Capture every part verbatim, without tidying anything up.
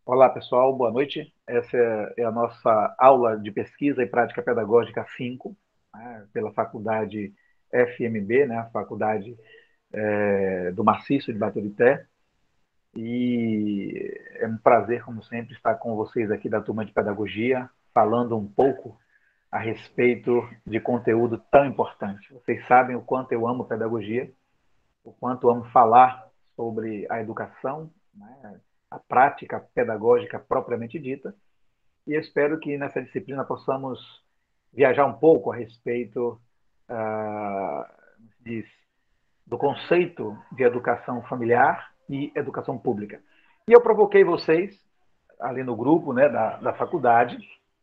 Olá, pessoal, boa noite. Essa é é a nossa aula de pesquisa e prática pedagógica cinco, né, pela Faculdade F M B, né, a Faculdade é, do Maciço de Baturité. E é um prazer, como sempre, estar com vocês aqui da turma de pedagogia, falando um pouco a respeito de conteúdo tão importante. Vocês sabem o quanto eu amo pedagogia, o quanto amo falar sobre a educação, né, a prática pedagógica propriamente dita, e eu espero que nessa disciplina possamos viajar um pouco a respeito ah, diz, do conceito de educação familiar e educação pública. E eu provoquei vocês, ali no grupo, né, da, da faculdade,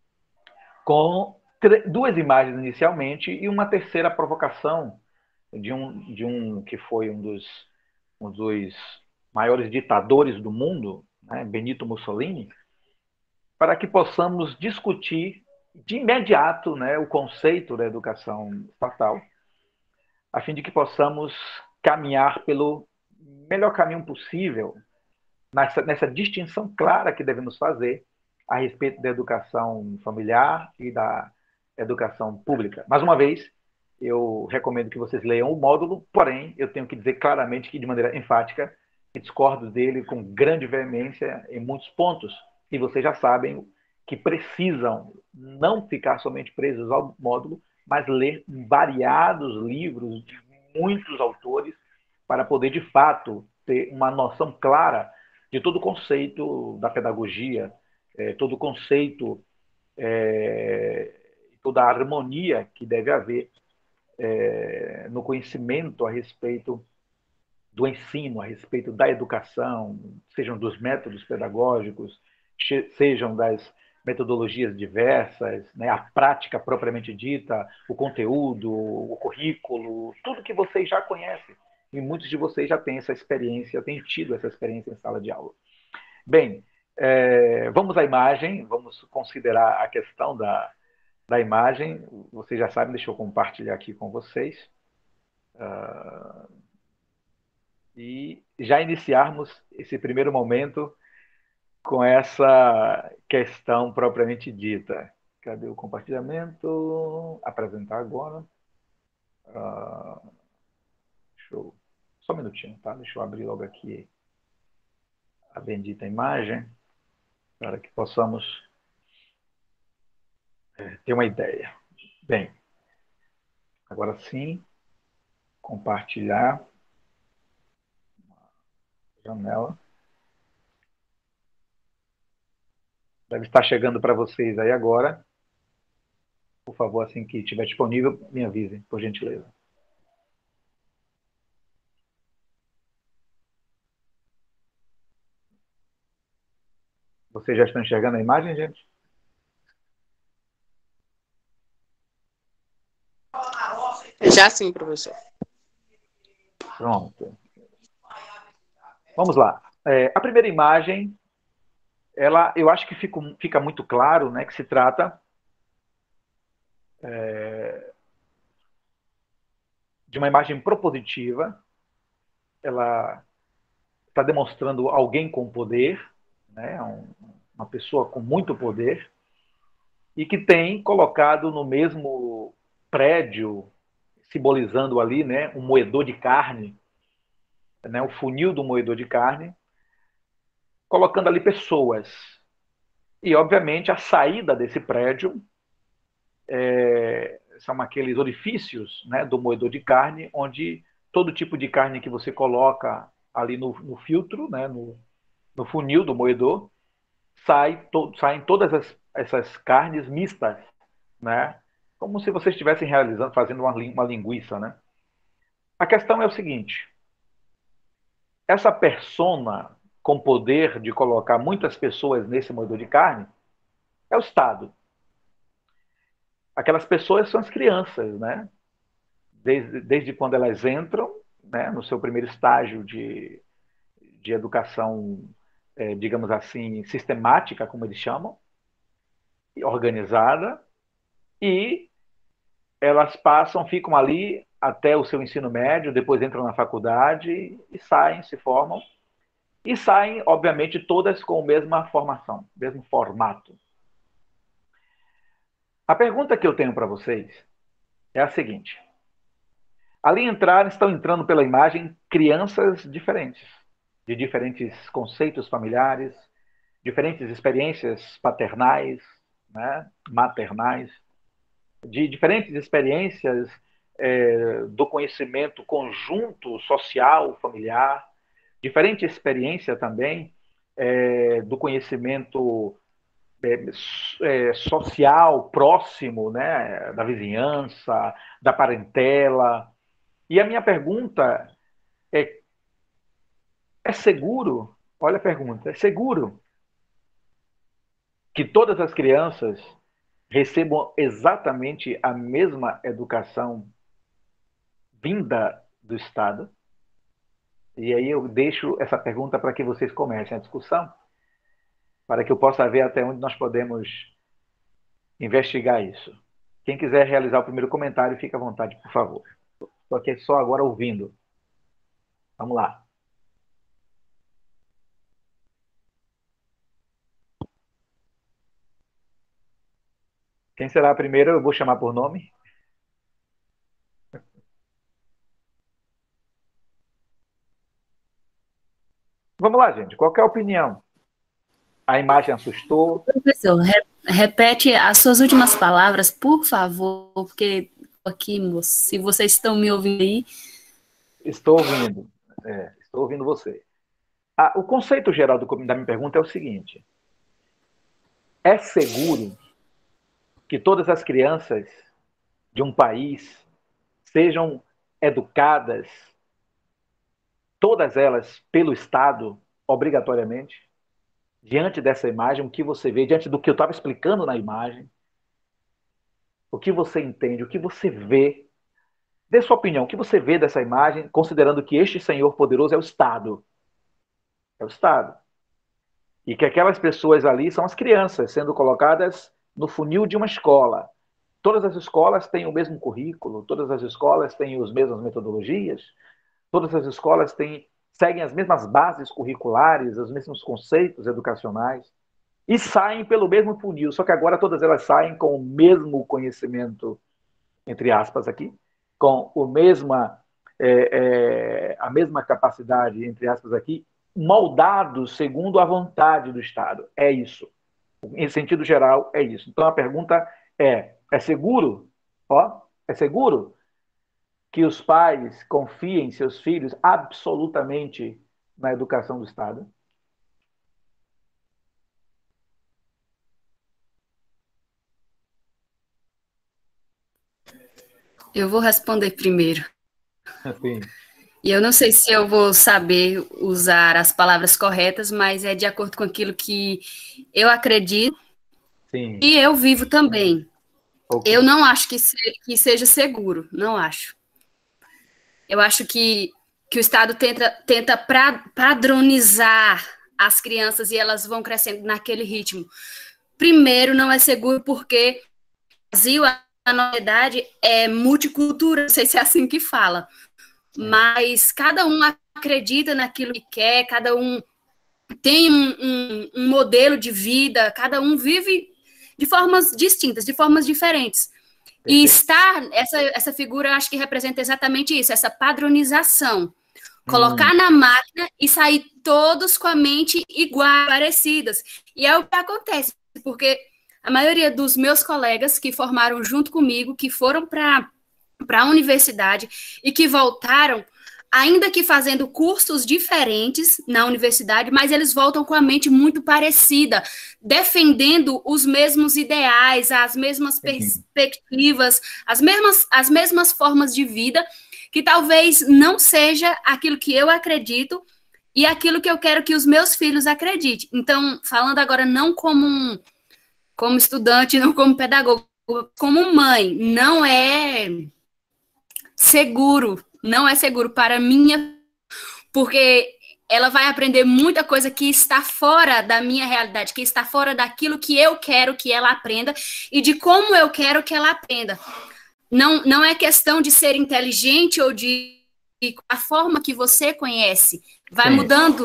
com duas imagens inicialmente e uma terceira provocação de um, de um que foi um dos, um dos maiores ditadores do mundo, né, Benito Mussolini, para que possamos discutir de imediato, né, o conceito da educação estatal, a fim de que possamos caminhar pelo melhor caminho possível nessa, nessa distinção clara que devemos fazer a respeito da educação familiar e da educação pública. Mais uma vez, eu recomendo que vocês leiam o módulo, porém, eu tenho que dizer claramente que, de maneira enfática, discordo dele com grande veemência em muitos pontos, e vocês já sabem que precisam não ficar somente presos ao módulo, mas ler variados livros de muitos autores para poder, de fato, ter uma noção clara de todo o conceito da pedagogia, é, todo o conceito, é, toda a harmonia que deve haver é, no conhecimento a respeito do ensino, a respeito da educação, sejam dos métodos pedagógicos, sejam das metodologias diversas, né, a prática propriamente dita, o conteúdo, o currículo, tudo que vocês já conhecem. E muitos de vocês já têm essa experiência, têm tido essa experiência em sala de aula. Bem, é, vamos à imagem, vamos considerar a questão da, da imagem. Vocês já sabem, deixa eu compartilhar aqui com vocês. Uh, e já iniciarmos esse primeiro momento com essa questão propriamente dita. Cadê o compartilhamento? Apresentar agora. Uh, show. Só um minutinho, tá? Deixa eu abrir logo aqui a bendita imagem para que possamos é, ter uma ideia. Bem, agora sim, compartilhar a janela. Deve estar chegando para vocês aí agora. Por favor, assim que estiver disponível, me avise, por gentileza. Vocês já estão enxergando a imagem, gente? Já sim, professor. Pronto. Vamos lá. É, a primeira imagem, ela, eu acho que fica, fica muito claro, né, que se trata é, de uma imagem propositiva. Ela está demonstrando alguém com poder, né, um, uma pessoa com muito poder, e que tem colocado no mesmo prédio, simbolizando ali, né, um moedor de carne, né, o funil do moedor de carne, colocando ali pessoas. E, obviamente, a saída desse prédio é, são aqueles orifícios, né, do moedor de carne, onde todo tipo de carne que você coloca ali no, no filtro, né, no, no funil do moedor, sai to, saem todas as, essas carnes mistas, né, como se vocês estivessem realizando, fazendo uma, uma linguiça, né? A questão é o seguinte: essa persona com poder de colocar muitas pessoas nesse moedor de carne é o Estado. Aquelas pessoas são as crianças, né? Desde, desde quando elas entram, né, no seu primeiro estágio de, de educação, é, digamos assim, sistemática, como eles chamam, organizada, e elas passam, ficam ali até o seu ensino médio, depois entram na faculdade e saem, se formam. E saem, obviamente, todas com a mesma formação, mesmo formato. A pergunta que eu tenho para vocês é a seguinte. Ali entrar, estão entrando pela imagem crianças diferentes, de diferentes conceitos familiares, diferentes experiências paternais, né, maternais, de diferentes experiências é, do conhecimento conjunto social, familiar, diferente experiência também é, do conhecimento é, é, social próximo, né, da vizinhança, da parentela. E a minha pergunta é: é seguro? Olha a pergunta: é seguro que todas as crianças recebam exatamente a mesma educação vinda do Estado? E aí eu deixo essa pergunta para que vocês comecem a discussão, para que eu possa ver até onde nós podemos investigar isso. Quem quiser realizar o primeiro comentário, fique à vontade, por favor. Estou aqui só agora ouvindo. Vamos lá. Quem será a primeira? Eu vou chamar por nome. Vamos lá, gente. Qual é a opinião? A imagem assustou? Professor, re repete as suas últimas palavras, por favor, porque aqui, moço, se vocês estão me ouvindo aí... Estou ouvindo. É, estou ouvindo você. Ah, o conceito geral do, da minha pergunta é o seguinte. É seguro que todas as crianças de um país sejam educadas, todas elas, pelo Estado, obrigatoriamente? Diante dessa imagem, o que você vê, diante do que eu estava explicando na imagem, o que você entende, o que você vê, dê sua opinião, o que você vê dessa imagem, considerando que este Senhor poderoso é o Estado. É o Estado. E que aquelas pessoas ali são as crianças sendo colocadas no funil de uma escola. Todas as escolas têm o mesmo currículo, todas as escolas têm as mesmas metodologias, todas as escolas têm, seguem as mesmas bases curriculares, os mesmos conceitos educacionais, e saem pelo mesmo funil, só que agora todas elas saem com o mesmo conhecimento, entre aspas aqui, com o mesma, é, é, a mesma capacidade, entre aspas aqui, moldados segundo a vontade do Estado. É isso. Em sentido geral, é isso. Então a pergunta é: é seguro? Ó, é seguro que os pais confiem seus filhos absolutamente na educação do Estado? Eu vou responder primeiro. Sim. E eu não sei se eu vou saber usar as palavras corretas, mas é de acordo com aquilo que eu acredito. Sim. E eu vivo também. Okay. Eu não acho que, se, que seja seguro, não acho. Eu acho que, que o Estado tenta, tenta pra, padronizar as crianças e elas vão crescendo naquele ritmo. Primeiro, não é seguro porque o Brasil, a novidade, é multicultural, não sei se é assim que fala, mas cada um acredita naquilo que quer, cada um tem um, um, um modelo de vida, cada um vive de formas distintas, de formas diferentes. E estar, essa, essa figura, acho que representa exatamente isso, essa padronização. Colocar hum. na máquina e sair todos com a mente igual, parecidas. E é o que acontece, porque a maioria dos meus colegas que formaram junto comigo, que foram para a universidade e que voltaram, ainda que fazendo cursos diferentes na universidade, mas eles voltam com a mente muito parecida, defendendo os mesmos ideais, as mesmas perspectivas, as mesmas, as mesmas formas de vida, que talvez não seja aquilo que eu acredito e aquilo que eu quero que os meus filhos acreditem. Então, falando agora não como, um, como estudante, não como pedagogo, como mãe, não é seguro, não é seguro para minha, porque ela vai aprender muita coisa que está fora da minha realidade, que está fora daquilo que eu quero que ela aprenda e de como eu quero que ela aprenda. Não, não é questão de ser inteligente ou de a forma que você conhece. Vai Sim. mudando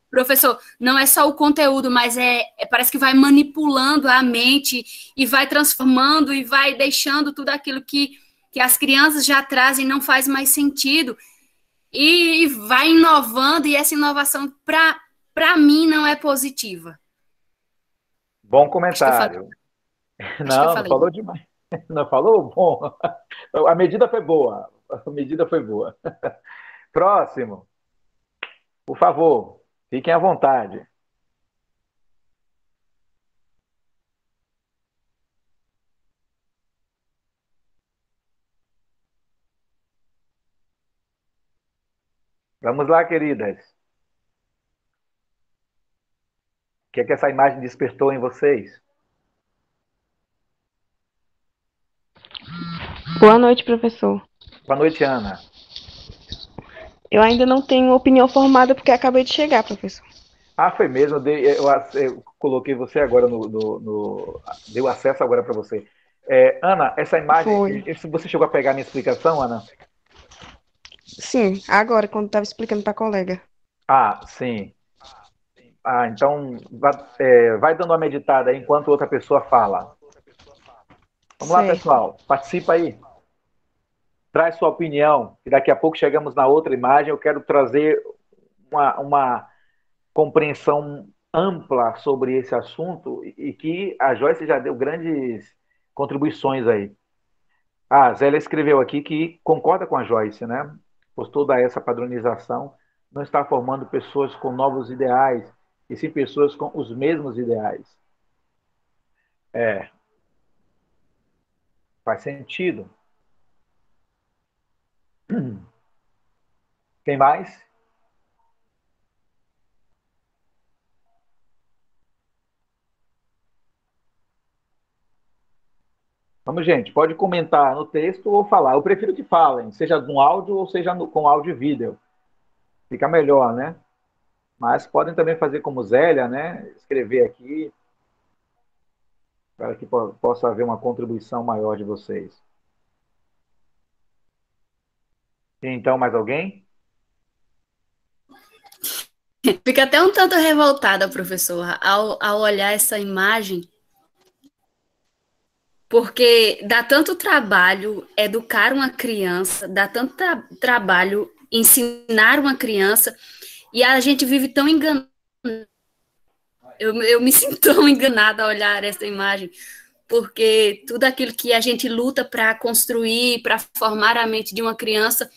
professor, não é só o conteúdo, mas é, é parece que vai manipulando a mente e vai transformando e vai deixando tudo aquilo que, que as crianças já trazem, não faz mais sentido. E, e vai inovando, e essa inovação, para mim, não é positiva. Bom comentário. Não, não falou demais. Não falou? Bom. A medida foi boa. A medida foi boa. Próximo. Por favor, fiquem à vontade. Vamos lá, queridas. O que é que essa imagem despertou em vocês? Boa noite, professor. Boa noite, Ana. Eu ainda não tenho opinião formada porque acabei de chegar, professor. Ah, foi mesmo. Eu, dei, eu, eu coloquei você agora no... no, no deu acesso agora para você. É, Ana, essa imagem... Foi. Você chegou a pegar a minha explicação, Ana? Sim, agora, quando estava explicando para a colega. Ah, sim. Ah, então vai, é, vai dando uma meditada aí enquanto outra pessoa fala. Vamos certo. Lá, pessoal. Participa aí. Traz sua opinião. E daqui a pouco chegamos na outra imagem. Eu quero trazer uma, uma compreensão ampla sobre esse assunto e que a Joyce já deu grandes contribuições aí. Ah, a Zélia escreveu aqui que concorda com a Joyce, né? Pois toda essa padronização não está formando pessoas com novos ideais, e sim pessoas com os mesmos ideais. É. Faz sentido. Quem mais? Vamos, gente, pode comentar no texto ou falar. Eu prefiro que falem, seja no áudio ou seja no, com áudio e vídeo. Fica melhor, né? Mas podem também fazer como Zélia, né? Escrever aqui, para que possa haver uma contribuição maior de vocês. E então, mais alguém? Fica até um tanto revoltada, professor, ao, ao olhar essa imagem, porque dá tanto trabalho educar uma criança, dá tanto tra trabalho ensinar uma criança, e a gente vive tão enganado. Eu, eu me sinto tão enganada ao olhar essa imagem, porque tudo aquilo que a gente luta para construir, para formar a mente de uma criança,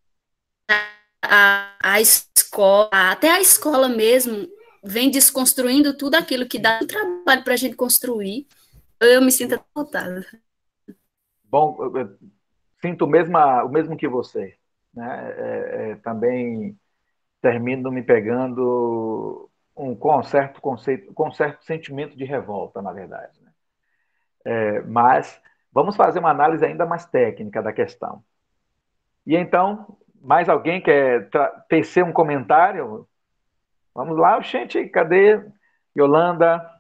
a, a escola, até a escola mesmo, vem desconstruindo tudo aquilo que dá um trabalho para a gente construir. Eu me sinto revoltada. Bom, eu sinto o mesmo, o mesmo que você, né? É, é, também termino me pegando um, com um certo conceito, com um certo sentimento de revolta, na verdade. Né? É, mas vamos fazer uma análise ainda mais técnica da questão. E então, mais alguém quer tecer um comentário? Vamos lá, gente, cadê? Yolanda,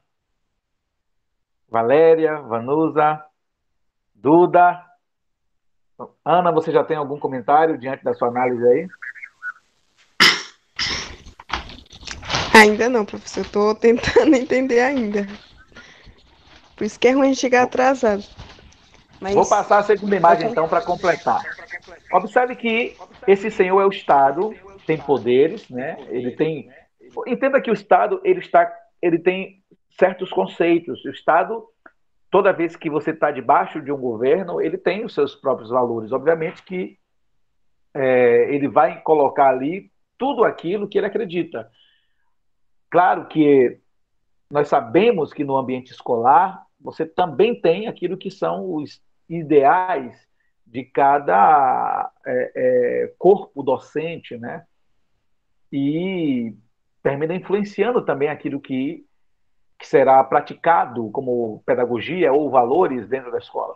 Valéria, Vanusa, Duda. Ana, você já tem algum comentário diante da sua análise aí? Ainda não, professor. Estou tentando entender ainda. Por isso que é ruim chegar atrasado. Mas... Vou passar a segunda imagem, então, para completar. Observe que esse senhor é o Estado, tem poderes, né? Ele tem... Entenda que o Estado ele está, ele tem certos conceitos. O Estado, toda vez que você está debaixo de um governo, ele tem os seus próprios valores. Obviamente que é, ele vai colocar ali tudo aquilo que ele acredita. Claro que nós sabemos que no ambiente escolar você também tem aquilo que são os ideais de cada é, é, corpo docente, né? E termina influenciando também aquilo que, que será praticado como pedagogia ou valores dentro da escola.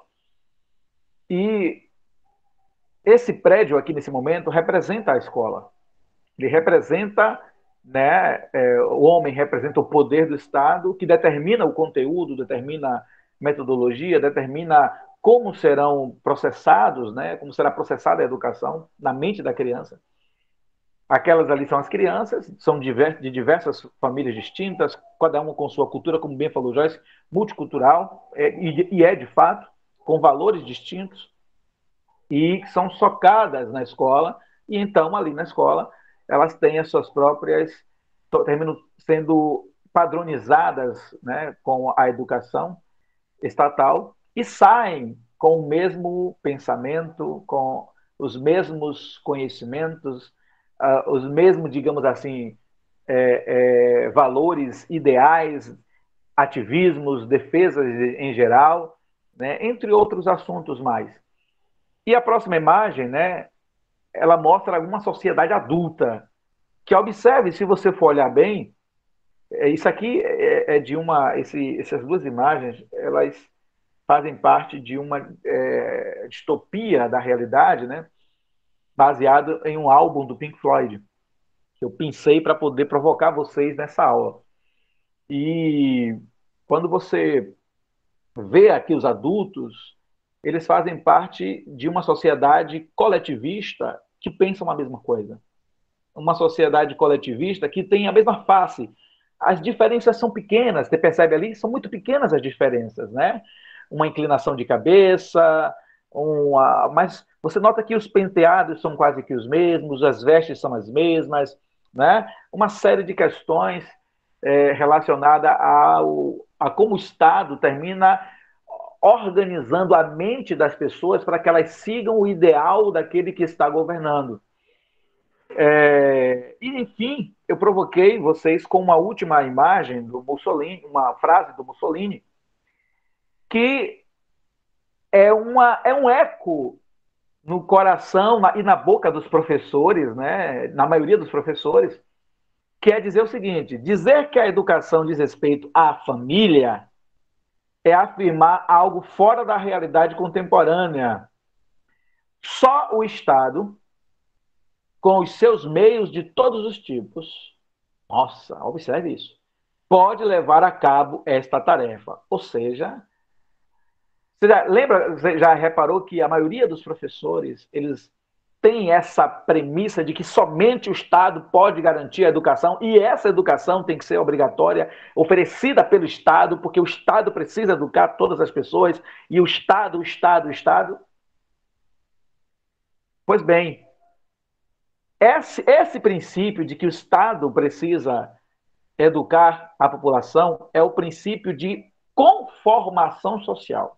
E esse prédio aqui, nesse momento, representa a escola. Ele representa, né, é, o homem representa o poder do Estado, que determina o conteúdo, determina metodologia, determina como serão processados, né, como será processada a educação na mente da criança. Aquelas ali são as crianças, são de diversas famílias distintas, cada uma com sua cultura, como bem falou Joyce, multicultural, é, e é de fato, com valores distintos, e são socadas na escola, e então ali na escola elas têm as suas próprias, terminam sendo padronizadas, né, com a educação estatal, e saem com o mesmo pensamento, com os mesmos conhecimentos, uh, os mesmos, digamos assim, é, é, valores, ideais, ativismos, defesas em geral, né, entre outros assuntos mais. E a próxima imagem, né, ela mostra uma sociedade adulta, que observe, se você for olhar bem, isso aqui é, é de uma, esse, essas duas imagens, elas fazem parte de uma é, distopia da realidade, né, baseado em um álbum do Pink Floyd, que eu pensei para poder provocar vocês nessa aula. E quando você vê aqui os adultos, eles fazem parte de uma sociedade coletivista que pensa uma mesma coisa. Uma sociedade coletivista que tem a mesma face. As diferenças são pequenas, você percebe ali? São muito pequenas as diferenças, né? Uma inclinação de cabeça, uma... mas você nota que os penteados são quase que os mesmos, as vestes são as mesmas, né? Uma série de questões é, relacionadas ao, a como o Estado termina organizando a mente das pessoas para que elas sigam o ideal daquele que está governando. É, e, enfim, eu provoquei vocês com uma última imagem do Mussolini, uma frase do Mussolini, que é, uma, é um eco no coração na, e na boca dos professores, né, na maioria dos professores, que é dizer o seguinte: dizer que a educação diz respeito à família é afirmar algo fora da realidade contemporânea. Só o Estado, com os seus meios de todos os tipos, nossa, observe isso, pode levar a cabo esta tarefa. Ou seja, você já, lembra, você já reparou que a maioria dos professores, eles têm essa premissa de que somente o Estado pode garantir a educação, e essa educação tem que ser obrigatória, oferecida pelo Estado, porque o Estado precisa educar todas as pessoas, e o Estado, o Estado, o Estado. Pois bem, esse, esse princípio de que o Estado precisa educar a população é o princípio de conformação social.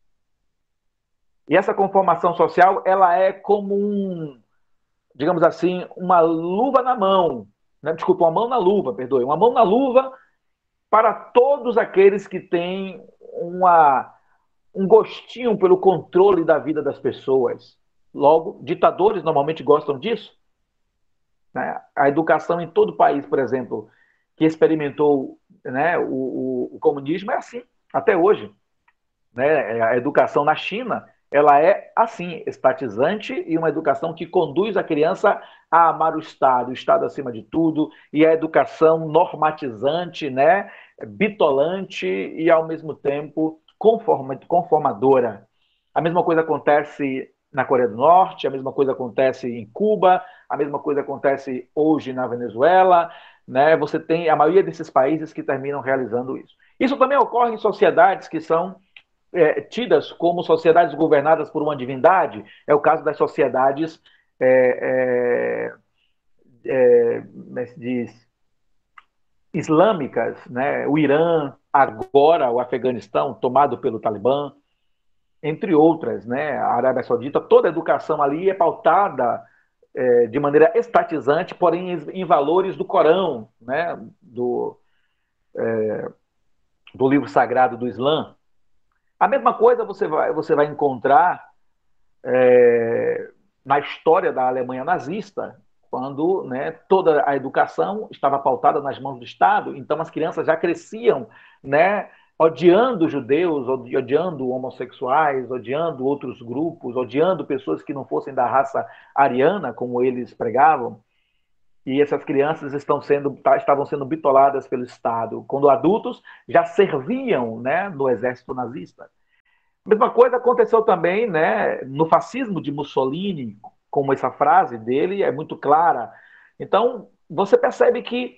E essa conformação social, ela é como um, digamos assim, uma luva na mão, né? Desculpa, uma mão na luva, perdoe, uma mão na luva para todos aqueles que têm uma, um gostinho pelo controle da vida das pessoas. Logo, ditadores normalmente gostam disso, né? A educação em todo o país, por exemplo, que experimentou, né, o, o, o comunismo é assim, até hoje. Né? A educação na China, ela é assim, estatizante, e uma educação que conduz a criança a amar o Estado, o Estado acima de tudo, e a educação normatizante, né? Bitolante e, ao mesmo tempo, conforma, conformadora. A mesma coisa acontece na Coreia do Norte, a mesma coisa acontece em Cuba, a mesma coisa acontece hoje na Venezuela, né? Você tem a maioria desses países que terminam realizando isso. Isso também ocorre em sociedades que são É, tidas como sociedades governadas por uma divindade. É o caso das sociedades é, é, é, como se diz, islâmicas, né? O Irã, agora o Afeganistão, tomado pelo Talibã, entre outras, né? A Arábia Saudita. Toda a educação ali é pautada é, de maneira estatizante, porém em valores do Corão, né? do, é, do livro sagrado do Islã. A mesma coisa você vai, você vai encontrar é, na história da Alemanha nazista, quando, né, toda a educação estava pautada nas mãos do Estado, então as crianças já cresciam, né, odiando judeus, odiando homossexuais, odiando outros grupos, odiando pessoas que não fossem da raça ariana, como eles pregavam. E essas crianças estão sendo, estavam sendo bitoladas pelo Estado, quando adultos já serviam, né, no exército nazista. A mesma coisa aconteceu também, né, no fascismo de Mussolini, como essa frase dele é muito clara, Então, você percebe que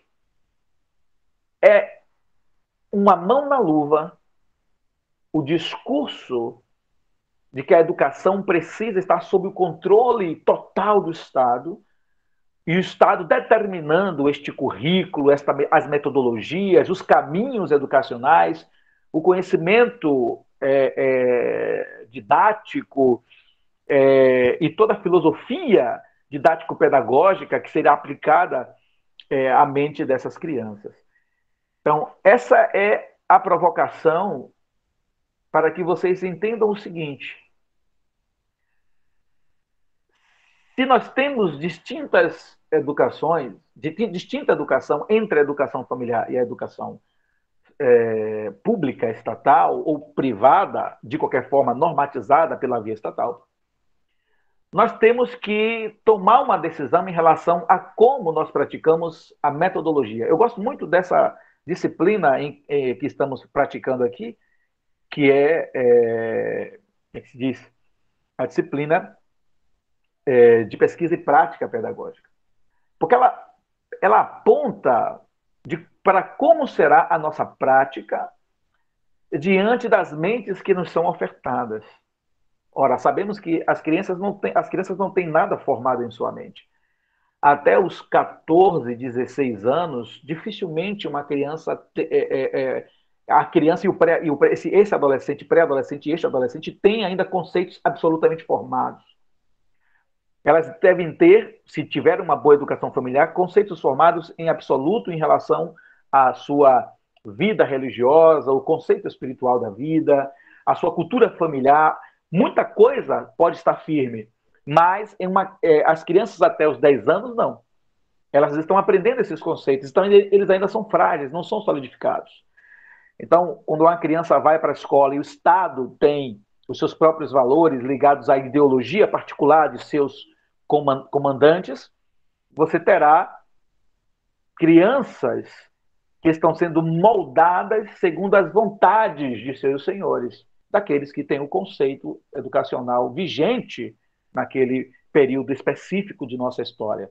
é uma mão na luva o discurso de que a educação precisa estar sob o controle total do Estado, e o Estado determinando este currículo, esta, as metodologias, os caminhos educacionais, o conhecimento é, é, didático é, e toda a filosofia didático-pedagógica que será aplicada é, à mente dessas crianças. Então, essa é a provocação para que vocês entendam o seguinte: se nós temos distintas educações, distinta educação entre a educação familiar e a educação é, pública, estatal ou privada, de qualquer forma normatizada pela via estatal, nós temos que tomar uma decisão em relação a como nós praticamos a metodologia. Eu gosto muito dessa disciplina em, em, que estamos praticando aqui, que é, é, como é que se diz? A disciplina é, de pesquisa e prática pedagógica. Porque ela, ela aponta de, para como será a nossa prática diante das mentes que nos são ofertadas. Ora, sabemos que as crianças não têm, as crianças não têm nada formado em sua mente. Até os catorze, dezesseis anos, dificilmente uma criança... É, é, é, a criança e, o pré, e o, esse, esse adolescente, pré-adolescente e este adolescente têm ainda conceitos absolutamente formados. Elas devem ter, se tiver uma boa educação familiar, conceitos formados em absoluto em relação à sua vida religiosa, o conceito espiritual da vida, a sua cultura familiar. Muita coisa pode estar firme, mas em uma, é, as crianças até os dez anos, não. Elas estão aprendendo esses conceitos, então eles ainda são frágeis, não são solidificados. Então, quando uma criança vai para a escola e o Estado tem os seus próprios valores ligados à ideologia particular de seus comandantes, você terá crianças que estão sendo moldadas segundo as vontades de seus senhores, daqueles que têm o conceito educacional vigente naquele período específico de nossa história.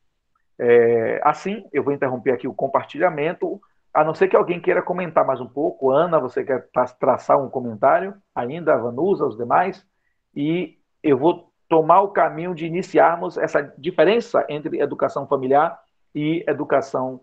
É, assim, eu vou interromper aqui o compartilhamento, a não ser que alguém queira comentar mais um pouco. Ana, você quer traçar um comentário ainda, a Vanusa, os demais? E eu vou tomar o caminho de iniciarmos essa diferença entre educação familiar e educação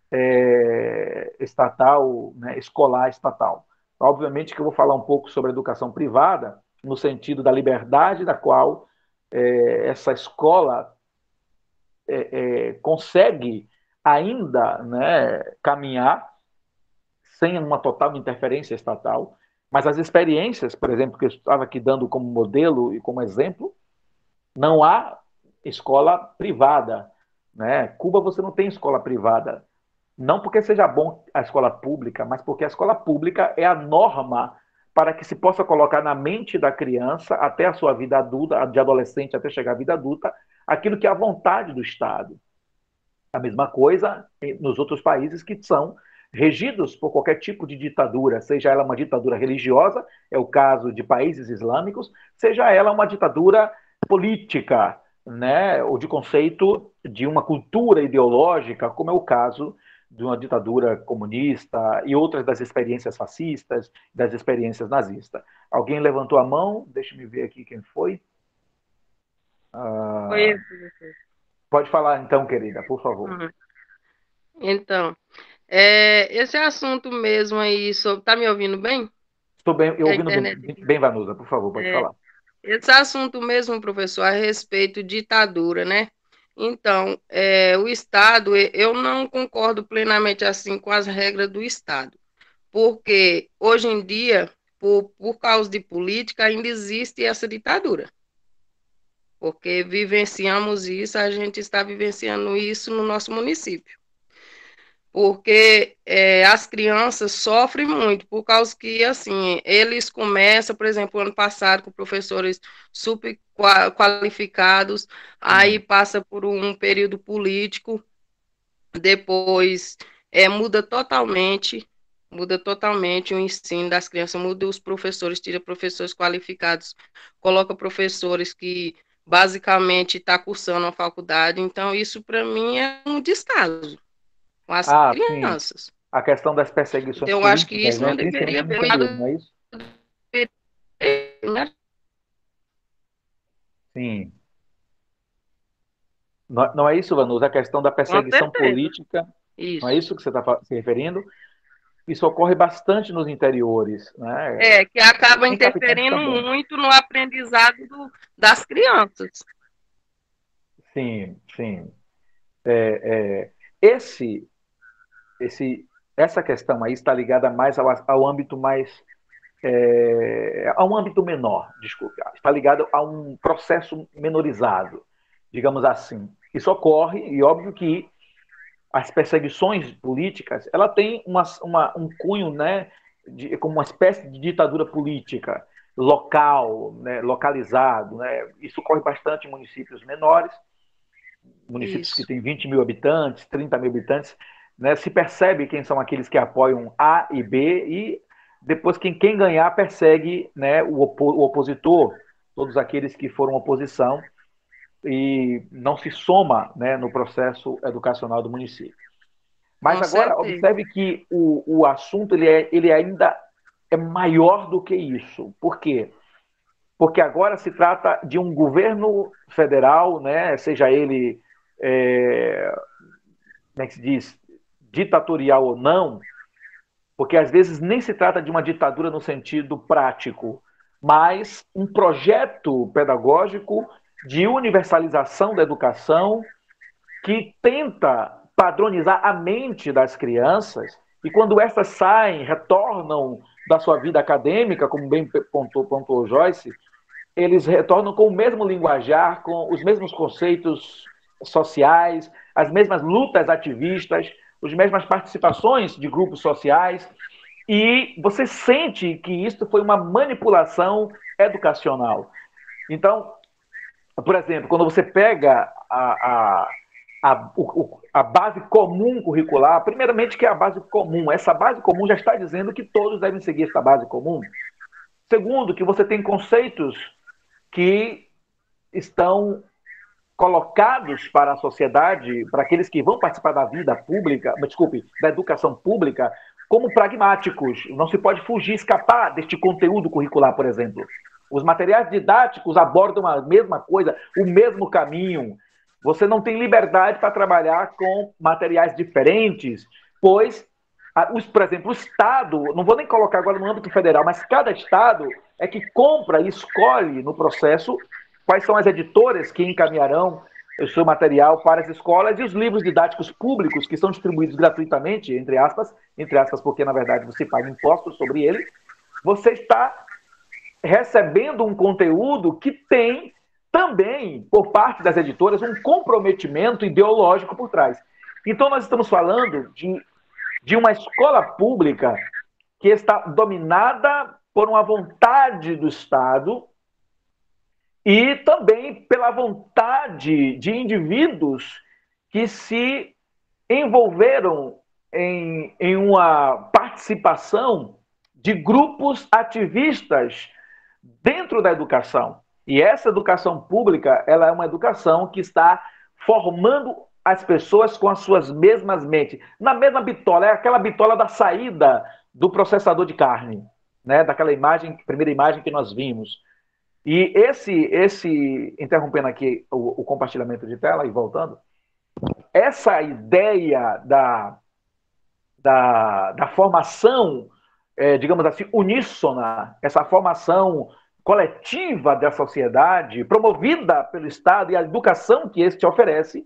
é, estatal, né, escolar estatal. Obviamente que eu vou falar um pouco sobre a educação privada, no sentido da liberdade da qual é, essa escola é, é, consegue ainda, né, caminhar sem uma total interferência estatal, mas as experiências, por exemplo, que eu estava aqui dando como modelo e como exemplo, não há escola privada, né? Cuba você não tem escola privada, não porque seja bom a escola pública, mas porque a escola pública é a norma para que se possa colocar na mente da criança, até a sua vida adulta, de adolescente até chegar à vida adulta, aquilo que é a vontade do Estado. A mesma coisa nos outros países que são regidos por qualquer tipo de ditadura, seja ela uma ditadura religiosa, é o caso de países islâmicos, seja ela uma ditadura política, né, ou de conceito de uma cultura ideológica, como é o caso de uma ditadura comunista e outras das experiências fascistas, das experiências nazistas. Alguém levantou a mão? Deixa-me ver aqui quem foi. Ah, foi eu, professor. Pode falar então, querida, por favor. Uhum. Então, é, esse assunto mesmo aí, sobre, tá me ouvindo bem? Estou bem, eu ouvindo bem, bem, Vanusa, por favor, pode é, falar. Esse assunto mesmo, professor, a respeito de ditadura, né? Então, é, o Estado, eu não concordo plenamente assim com as regras do Estado, porque hoje em dia, por, por causa de política, ainda existe essa ditadura. Porque vivenciamos isso, a gente está vivenciando isso no nosso município. Porque é, as crianças sofrem muito, por causa que, assim, eles começam, por exemplo, ano passado, com professores super qualificados, aí passa por um período político, depois é, muda totalmente, muda totalmente o ensino das crianças, muda os professores, tira professores qualificados, coloca professores que basicamente está cursando a faculdade. Então, isso para mim é um descaso com as ah, crianças. Sim. A questão das perseguições então, eu políticas, acho que isso né? não deveria Principalmente no haver. interior, não é isso? Sim. Não, não é isso, Vanusa? A questão da perseguição política, isso. não é isso que você está se referindo? Isso ocorre bastante nos interiores, né? É, que acaba interferindo muito no aprendizado do, das crianças. Sim, sim. É, é, esse, esse, essa questão aí está ligada mais ao, ao âmbito mais é, a um âmbito menor, desculpe, está ligado a um processo menorizado, digamos assim. Isso ocorre, e óbvio que as perseguições políticas, ela tem uma, uma, um cunho, né, de, como uma espécie de ditadura política local, né, localizado. Né? Isso ocorre bastante em municípios menores, municípios Isso. que têm vinte mil habitantes, trinta mil habitantes, né, se percebe quem são aqueles que apoiam A e B, e depois quem, quem ganhar persegue, né, o, opo, o opositor, todos aqueles que foram oposição, e não se soma, né, no processo educacional do município. Mas Com agora, certeza. Observe que o, o assunto ele, é, ele ainda é maior do que isso. Por quê? Porque agora se trata de um governo federal, né, seja ele, é, como é que se diz, ditatorial ou não, porque às vezes nem se trata de uma ditadura no sentido prático, mas um projeto pedagógico de universalização da educação que tenta padronizar a mente das crianças, e quando essas saem, retornam da sua vida acadêmica, como bem pontuou, pontuou Joyce, eles retornam com o mesmo linguajar, com os mesmos conceitos sociais, as mesmas lutas ativistas, as mesmas participações de grupos sociais, e você sente que isso foi uma manipulação educacional. Então, por exemplo, quando você pega a, a, a, o, a base comum curricular, primeiramente que é a base comum, essa base comum já está dizendo que todos devem seguir essa base comum. Segundo, que você tem conceitos que estão colocados para a sociedade, para aqueles que vão participar da vida pública, desculpe, da educação pública, como pragmáticos. Não se pode fugir, escapar deste conteúdo curricular, por exemplo. Os materiais didáticos abordam a mesma coisa, o mesmo caminho. Você não tem liberdade para trabalhar com materiais diferentes, pois, os, por exemplo, o Estado, não vou nem colocar agora no âmbito federal, mas cada Estado é que compra e escolhe no processo quais são as editoras que encaminharão o seu material para as escolas, e os livros didáticos públicos que são distribuídos gratuitamente, entre aspas, entre aspas, porque na verdade você paga impostos sobre ele, você está recebendo um conteúdo que tem também, por parte das editoras, um comprometimento ideológico por trás. Então nós estamos falando de, de uma escola pública que está dominada por uma vontade do Estado e também pela vontade de indivíduos que se envolveram em, em uma participação de grupos ativistas dentro da educação. E essa educação pública, ela é uma educação que está formando as pessoas com as suas mesmas mentes. Na mesma bitola, é aquela bitola da saída do processador de carne, né? Daquela imagem, primeira imagem que nós vimos. E esse, esse interrompendo aqui o, o compartilhamento de tela e voltando, essa ideia da, da, da formação, é, digamos assim, uníssona, essa formação coletiva da sociedade, promovida pelo Estado e a educação que este oferece,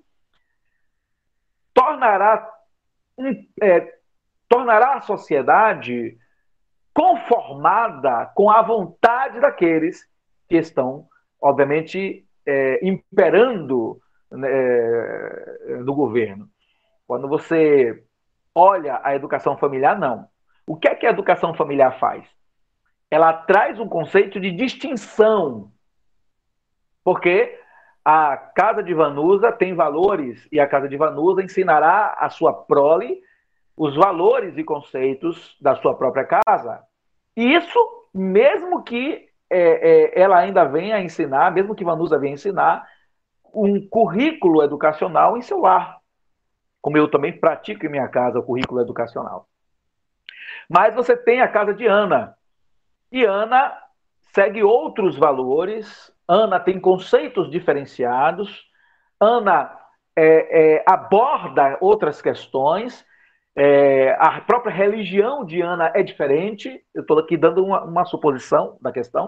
tornará, é, tornará a sociedade conformada com a vontade daqueles que estão, obviamente, é, imperando é, no governo. Quando você olha a educação familiar, não. O que é que a educação familiar faz? Ela traz um conceito de distinção, porque a casa de Vanusa tem valores, e a casa de Vanusa ensinará a sua prole os valores e conceitos da sua própria casa. E isso mesmo que é, é, ela ainda vem a ensinar, mesmo que Vanusa venha ensinar, um currículo educacional em seu lar, como eu também pratico em minha casa o currículo educacional. Mas você tem a casa de Ana, e Ana segue outros valores, Ana tem conceitos diferenciados, Ana é, é, aborda outras questões, é, a própria religião de Ana é diferente, eu estou aqui dando uma, uma suposição da questão,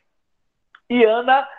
e Ana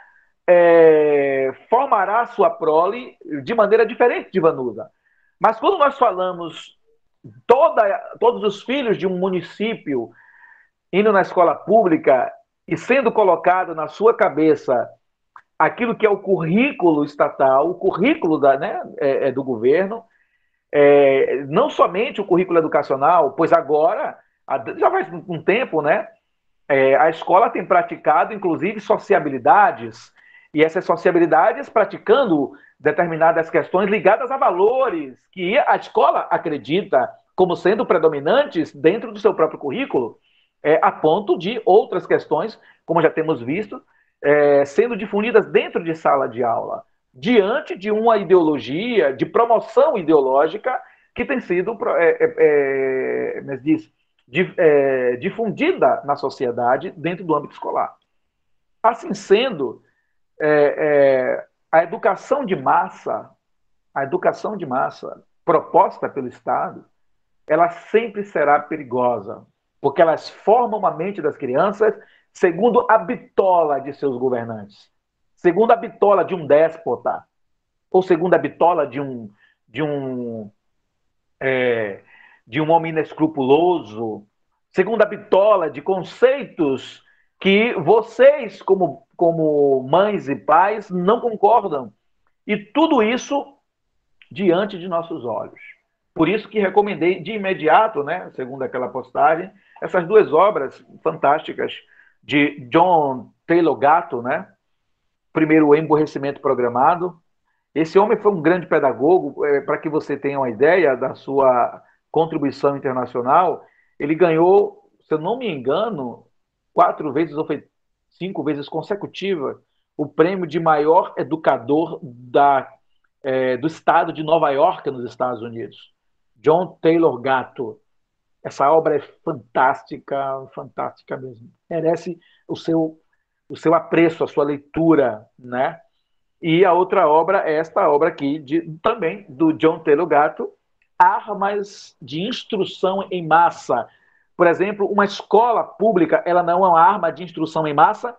é, formará sua prole de maneira diferente de Vanusa. Mas quando nós falamos toda, todos os filhos de um município indo na escola pública e sendo colocado na sua cabeça aquilo que é o currículo estatal, o currículo da, né, é, é do governo, é, não somente o currículo educacional, pois agora, já faz um tempo, né, é, a escola tem praticado, inclusive, sociabilidades, e essas sociabilidades praticando determinadas questões ligadas a valores que a escola acredita como sendo predominantes dentro do seu próprio currículo, é, a ponto de outras questões, como já temos visto, é, sendo difundidas dentro de sala de aula, diante de uma ideologia, de promoção ideológica que tem sido é, é, é, diz, de, é, difundida na sociedade dentro do âmbito escolar. Assim sendo, é, é, a educação de massa, a educação de massa proposta pelo Estado, ela sempre será perigosa, porque elas formam a mente das crianças segundo a bitola de seus governantes, segundo a bitola de um déspota, ou segundo a bitola de um, de um, é, de um homem inescrupuloso, segundo a bitola de conceitos que vocês, como, como mães e pais, não concordam. E tudo isso diante de nossos olhos. Por isso que recomendei de imediato, né, segundo aquela postagem, essas duas obras fantásticas de John Taylor Gatto, né? Primeiro, O Emborrecimento Programado. Esse homem foi um grande pedagogo, é, para que você tenha uma ideia da sua contribuição internacional. Ele ganhou, se eu não me engano, quatro vezes ou foi cinco vezes consecutiva, o prêmio de maior educador da, é, do estado de Nova York, nos Estados Unidos. John Taylor Gatto. Essa obra é fantástica, fantástica mesmo. Merece o seu, o seu apreço, a sua leitura, né? E a outra obra é esta obra aqui, de, também do John Taylor Gatto, Armas de Instrução em Massa. Por exemplo, uma escola pública, ela não é uma arma de instrução em massa?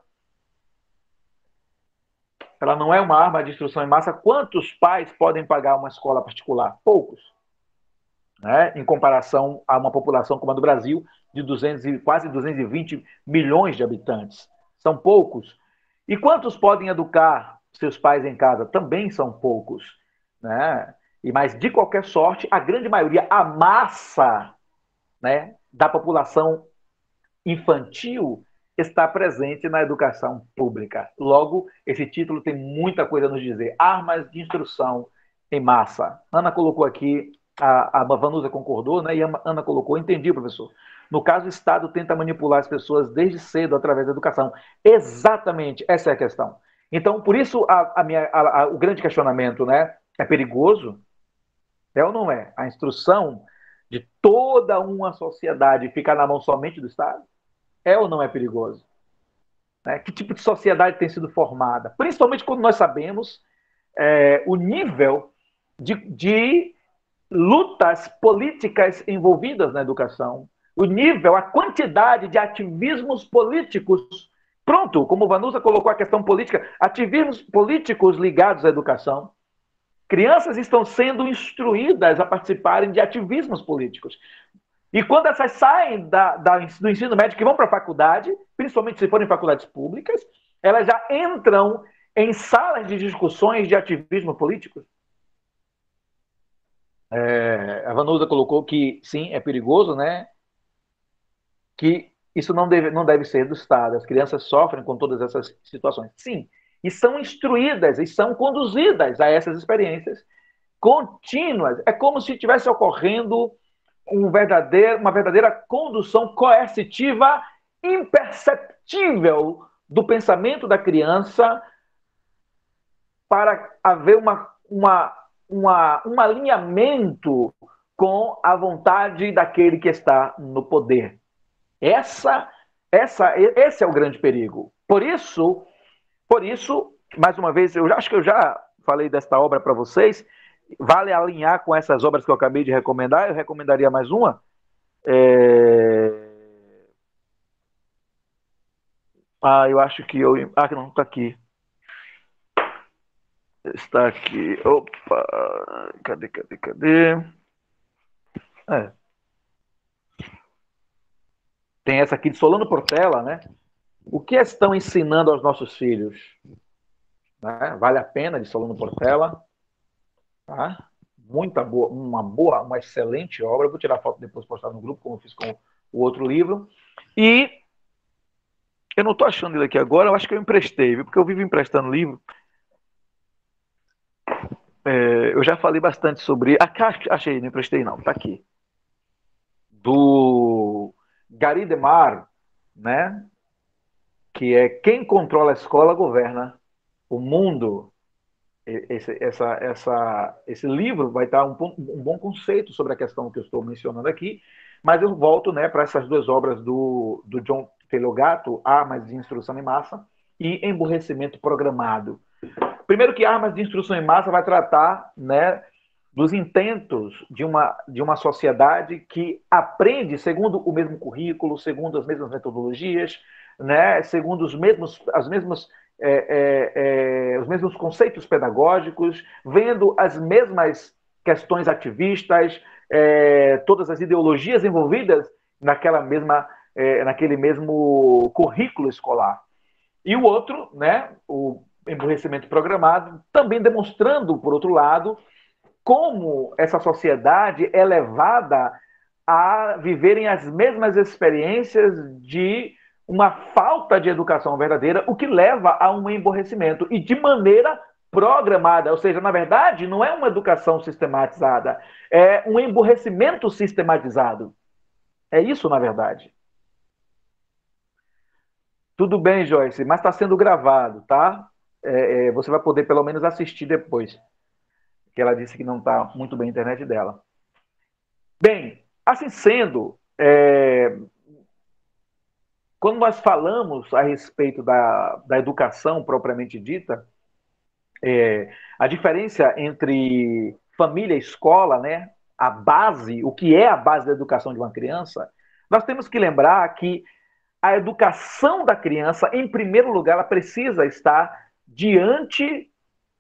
Ela não é uma arma de instrução em massa. Quantos pais podem pagar uma escola particular? Poucos. Né, em comparação a uma população como a do Brasil, de duzentos, quase duzentos e vinte milhões de habitantes. São poucos. E quantos podem educar seus pais em casa? Também são poucos. Né? E, mas, de qualquer sorte, a grande maioria, a massa, né, da população infantil está presente na educação pública. Logo, esse título tem muita coisa a nos dizer. Armas de instrução em massa. Ana colocou aqui, a, a Vanusa concordou, né? E a Ana colocou, entendi, professor. No caso, o Estado tenta manipular as pessoas desde cedo através da educação. Exatamente, essa é a questão. Então, por isso, a, a minha, a, a, o grande questionamento, né? É perigoso? É ou não é? A instrução de toda uma sociedade ficar na mão somente do Estado? É ou não é perigoso? Né? Que tipo de sociedade tem sido formada? Principalmente quando nós sabemos é, o nível de, de lutas políticas envolvidas na educação, o nível, a quantidade de ativismos políticos. Pronto, como Vanusa colocou a questão política, ativismos políticos ligados à educação. Crianças estão sendo instruídas a participarem de ativismos políticos. E quando essas saem da, da, do ensino médio e vão para a faculdade, principalmente se forem faculdades públicas, elas já entram em salas de discussões de ativismo político. É, a Vanusa colocou que, sim, é perigoso, né? Que isso não deve, não deve ser do Estado. As crianças sofrem com todas essas situações. Sim, e são instruídas e são conduzidas a essas experiências contínuas. É como se estivesse ocorrendo um verdadeiro, uma verdadeira condução coercitiva imperceptível do pensamento da criança para haver uma, uma, uma, um alinhamento com a vontade daquele que está no poder. Essa, essa, esse é o grande perigo. Por isso, por isso, mais uma vez, eu acho que eu já falei desta obra para vocês, vale alinhar com essas obras que eu acabei de recomendar, eu recomendaria mais uma. É... Ah, eu acho que eu... Ah, não, está aqui. Está aqui. Opa! Cadê, cadê, cadê? É. Tem essa aqui de Solano Portela, né? O que estão ensinando aos nossos filhos? Né? Vale a pena, de Solano Portela. Tá? Muita boa, uma boa, uma excelente obra. Eu vou tirar a foto depois postar no grupo, como eu fiz com o outro livro. E eu não estou achando ele aqui agora, eu acho que eu emprestei, viu? Porque eu vivo emprestando livro. É, eu já falei bastante sobre... Ah, achei, não emprestei não, está aqui. Do Gary DeMar, né? Que é Quem Controla a Escola Governa o Mundo. Esse, essa, essa, esse livro vai dar um, um bom conceito sobre a questão que eu estou mencionando aqui, mas eu volto, né, para essas duas obras do, do John Taylor Gatto, Armas de Instrução em Massa e Emburrecimento Programado. Primeiro que Armas de Instrução em Massa vai tratar, né, dos intentos de uma, de uma sociedade que aprende segundo o mesmo currículo, segundo as mesmas metodologias, né, segundo os mesmos, as mesmas É, é, é, os mesmos conceitos pedagógicos, vendo as mesmas questões ativistas, é, todas as ideologias envolvidas naquela mesma, é, naquele mesmo currículo escolar. E o outro, né, o emburrecimento programado, também demonstrando, por outro lado, como essa sociedade é levada a viverem as mesmas experiências de uma falta de educação verdadeira, o que leva a um emborrecimento, e de maneira programada, ou seja, na verdade, não é uma educação sistematizada, é um emborrecimento sistematizado. É isso, na verdade. Tudo bem, Joyce, mas está sendo gravado, tá? É, é, você vai poder pelo menos assistir depois, que ela disse que não está muito bem a internet dela. Bem, assim sendo, é... quando nós falamos a respeito da, da educação propriamente dita, é, a diferença entre família e escola, né, a base, o que é a base da educação de uma criança, nós temos que lembrar que a educação da criança, em primeiro lugar, ela precisa estar diante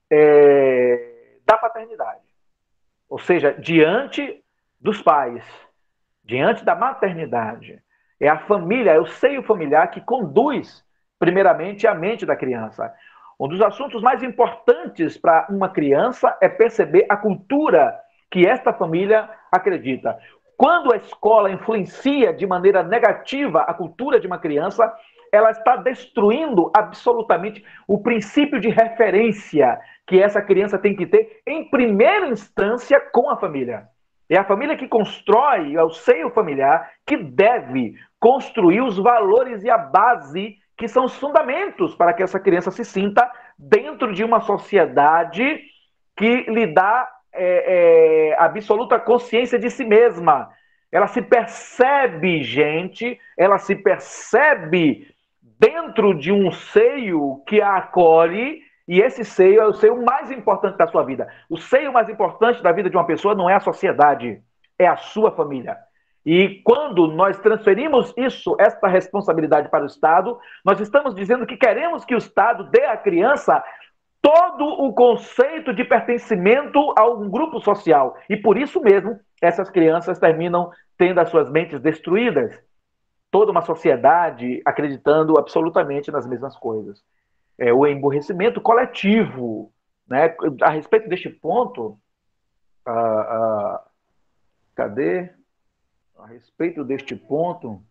é, da paternidade. Ou seja, diante dos pais, diante da maternidade. É a família, é o seio familiar que conduz, primeiramente, a mente da criança. Um dos assuntos mais importantes para uma criança é perceber a cultura que esta família acredita. Quando a escola influencia de maneira negativa a cultura de uma criança, ela está destruindo absolutamente o princípio de referência que essa criança tem que ter, em primeira instância, com a família. É a família que constrói, é o seio familiar que deve construir os valores e a base que são os fundamentos para que essa criança se sinta dentro de uma sociedade que lhe dá é, é, absoluta consciência de si mesma. Ela se percebe, gente, ela se percebe dentro de um seio que a acolhe, e esse seio é o seio mais importante da sua vida. O seio mais importante da vida de uma pessoa não é a sociedade, é a sua família. E quando nós transferimos isso, esta responsabilidade para o Estado, nós estamos dizendo que queremos que o Estado dê à criança todo o conceito de pertencimento a um grupo social. E por isso mesmo, essas crianças terminam tendo as suas mentes destruídas. Toda uma sociedade acreditando absolutamente nas mesmas coisas. É, o emburrecimento coletivo, né? A respeito deste ponto, a, a, cadê? A respeito deste ponto,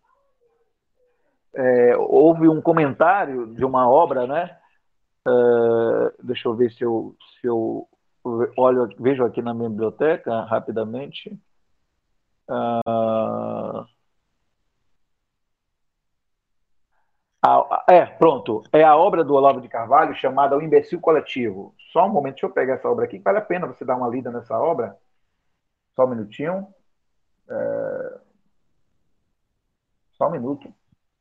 é, houve um comentário de uma obra, né? Uh, deixa eu ver se eu, se eu olho, vejo aqui na minha biblioteca rapidamente. Uh, A, é, pronto. É a obra do Olavo de Carvalho chamada O Imbecil Coletivo. Só um momento, deixa eu pegar essa obra aqui. Vale a pena você dar uma lida nessa obra. Só um minutinho. É... Só um minuto.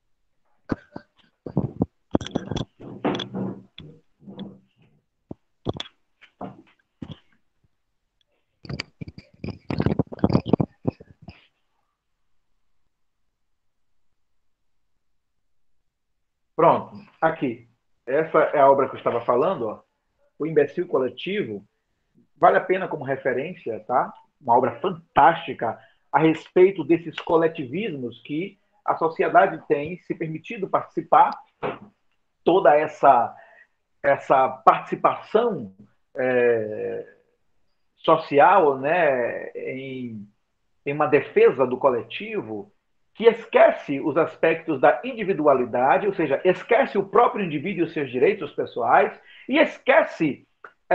Pronto, aqui. Essa é a obra que eu estava falando, ó. O Imbecil Coletivo. Vale a pena como referência, tá? Uma obra fantástica a respeito desses coletivismos que a sociedade tem se permitido participar, toda essa, essa participação é, social, né, em, em uma defesa do coletivo, que esquece os aspectos da individualidade, ou seja, esquece o próprio indivíduo e os seus direitos pessoais, e esquece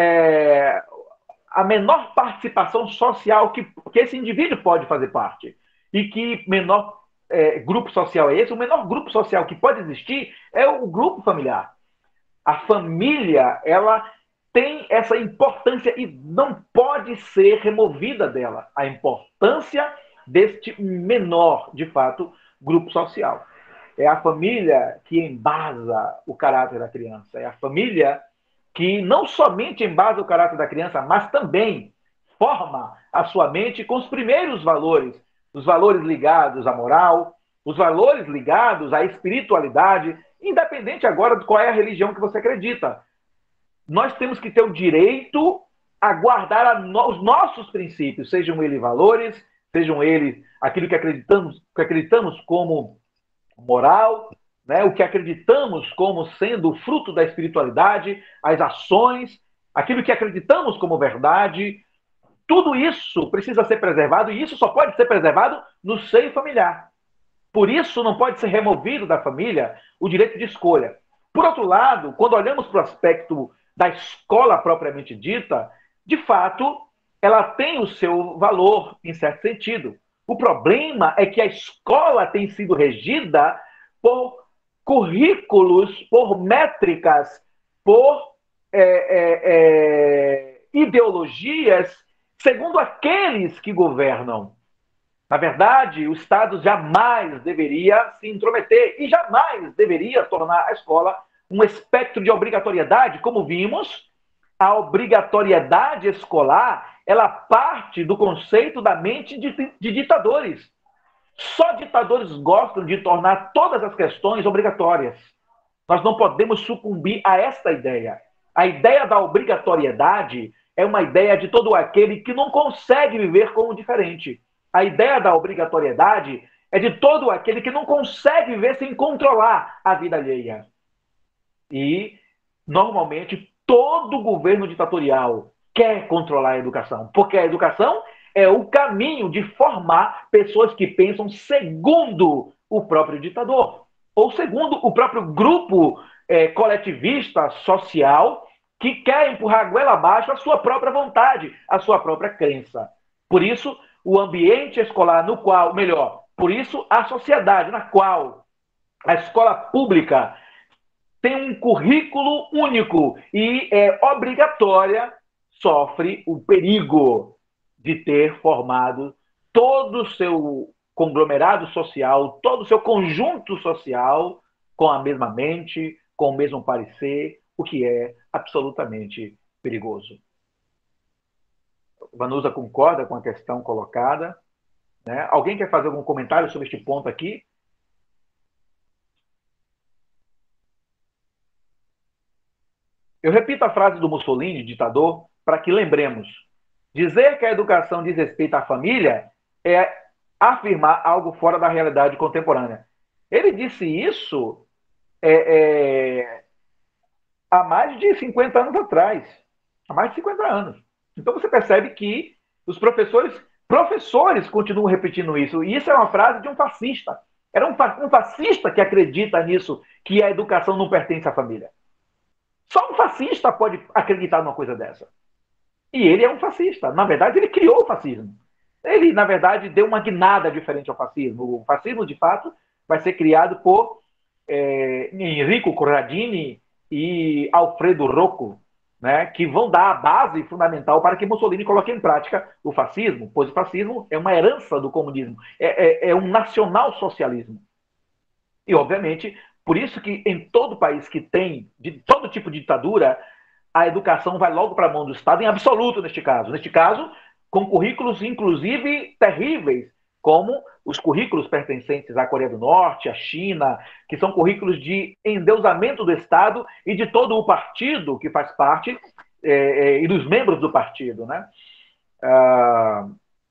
é, a menor participação social que, que esse indivíduo pode fazer parte. E que menor é, grupo social é esse? O menor grupo social que pode existir é o grupo familiar. A família, ela tem essa importância e não pode ser removida dela. A importância deste menor, de fato, grupo social. É a família que embasa o caráter da criança. É a família que não somente embasa o caráter da criança, mas também forma a sua mente com os primeiros valores, os valores ligados à moral, os valores ligados à espiritualidade, independente agora de qual é a religião que você acredita. Nós temos que ter o direito a guardar a no, os nossos princípios, sejam eles valores, sejam eles aquilo que acreditamos, que acreditamos como moral, né, o que acreditamos como sendo fruto da espiritualidade, as ações, aquilo que acreditamos como verdade, tudo isso precisa ser preservado e isso só pode ser preservado no seio familiar. Por isso não pode ser removido da família o direito de escolha. Por outro lado, quando olhamos para o aspecto da escola propriamente dita, de fato, ela tem o seu valor, em certo sentido. O problema é que a escola tem sido regida por currículos, por métricas, por é, é, é, ideologias, segundo aqueles que governam. Na verdade, o Estado jamais deveria se intrometer e jamais deveria tornar a escola um espectro de obrigatoriedade, como vimos. A obrigatoriedade escolar, ela parte do conceito da mente de, de ditadores. Só ditadores gostam de tornar todas as questões obrigatórias. Nós não podemos sucumbir a esta ideia. A ideia da obrigatoriedade é uma ideia de todo aquele que não consegue viver com o diferente. A ideia da obrigatoriedade é de todo aquele que não consegue viver sem controlar a vida alheia. E, normalmente, todo governo ditatorial quer controlar a educação, porque a educação é o caminho de formar pessoas que pensam segundo o próprio ditador, ou segundo o próprio grupo é, coletivista social que quer empurrar a goela abaixo a sua própria vontade, a sua própria crença. Por isso, o ambiente escolar no qual, melhor, por isso a sociedade na qual a escola pública tem um currículo único e é obrigatória, sofre o perigo de ter formado todo o seu conglomerado social, todo o seu conjunto social com a mesma mente, com o mesmo parecer, o que é absolutamente perigoso. Vanusa concorda com a questão colocada, né? Alguém quer fazer algum comentário sobre este ponto aqui? Eu repito a frase do Mussolini, ditador, para que lembremos. Dizer que a educação diz respeito à família é afirmar algo fora da realidade contemporânea. Ele disse isso é, é, há mais de cinquenta anos atrás. Há mais de cinquenta anos. Então você percebe que os professores, professores continuam repetindo isso. E isso é uma frase de um fascista. Era um, um fascista que acredita nisso, que a educação não pertence à família. Só um fascista pode acreditar numa coisa dessa. E ele é um fascista. Na verdade, ele criou o fascismo. Ele, na verdade, deu uma guinada diferente ao fascismo. O fascismo, de fato, vai ser criado por é, Enrico Corradini e Alfredo Rocco, né, que vão dar a base fundamental para que Mussolini coloque em prática o fascismo, pois o fascismo é uma herança do comunismo, é, é, é um nacional-socialismo. E, obviamente, por isso que em todo país que tem de todo tipo de ditadura, a educação vai logo para a mão do Estado, em absoluto neste caso. Neste caso, com currículos, inclusive, terríveis, como os currículos pertencentes à Coreia do Norte, à China, que são currículos de endeusamento do Estado e de todo o partido que faz parte, é, é, e dos membros do partido, né? Ah,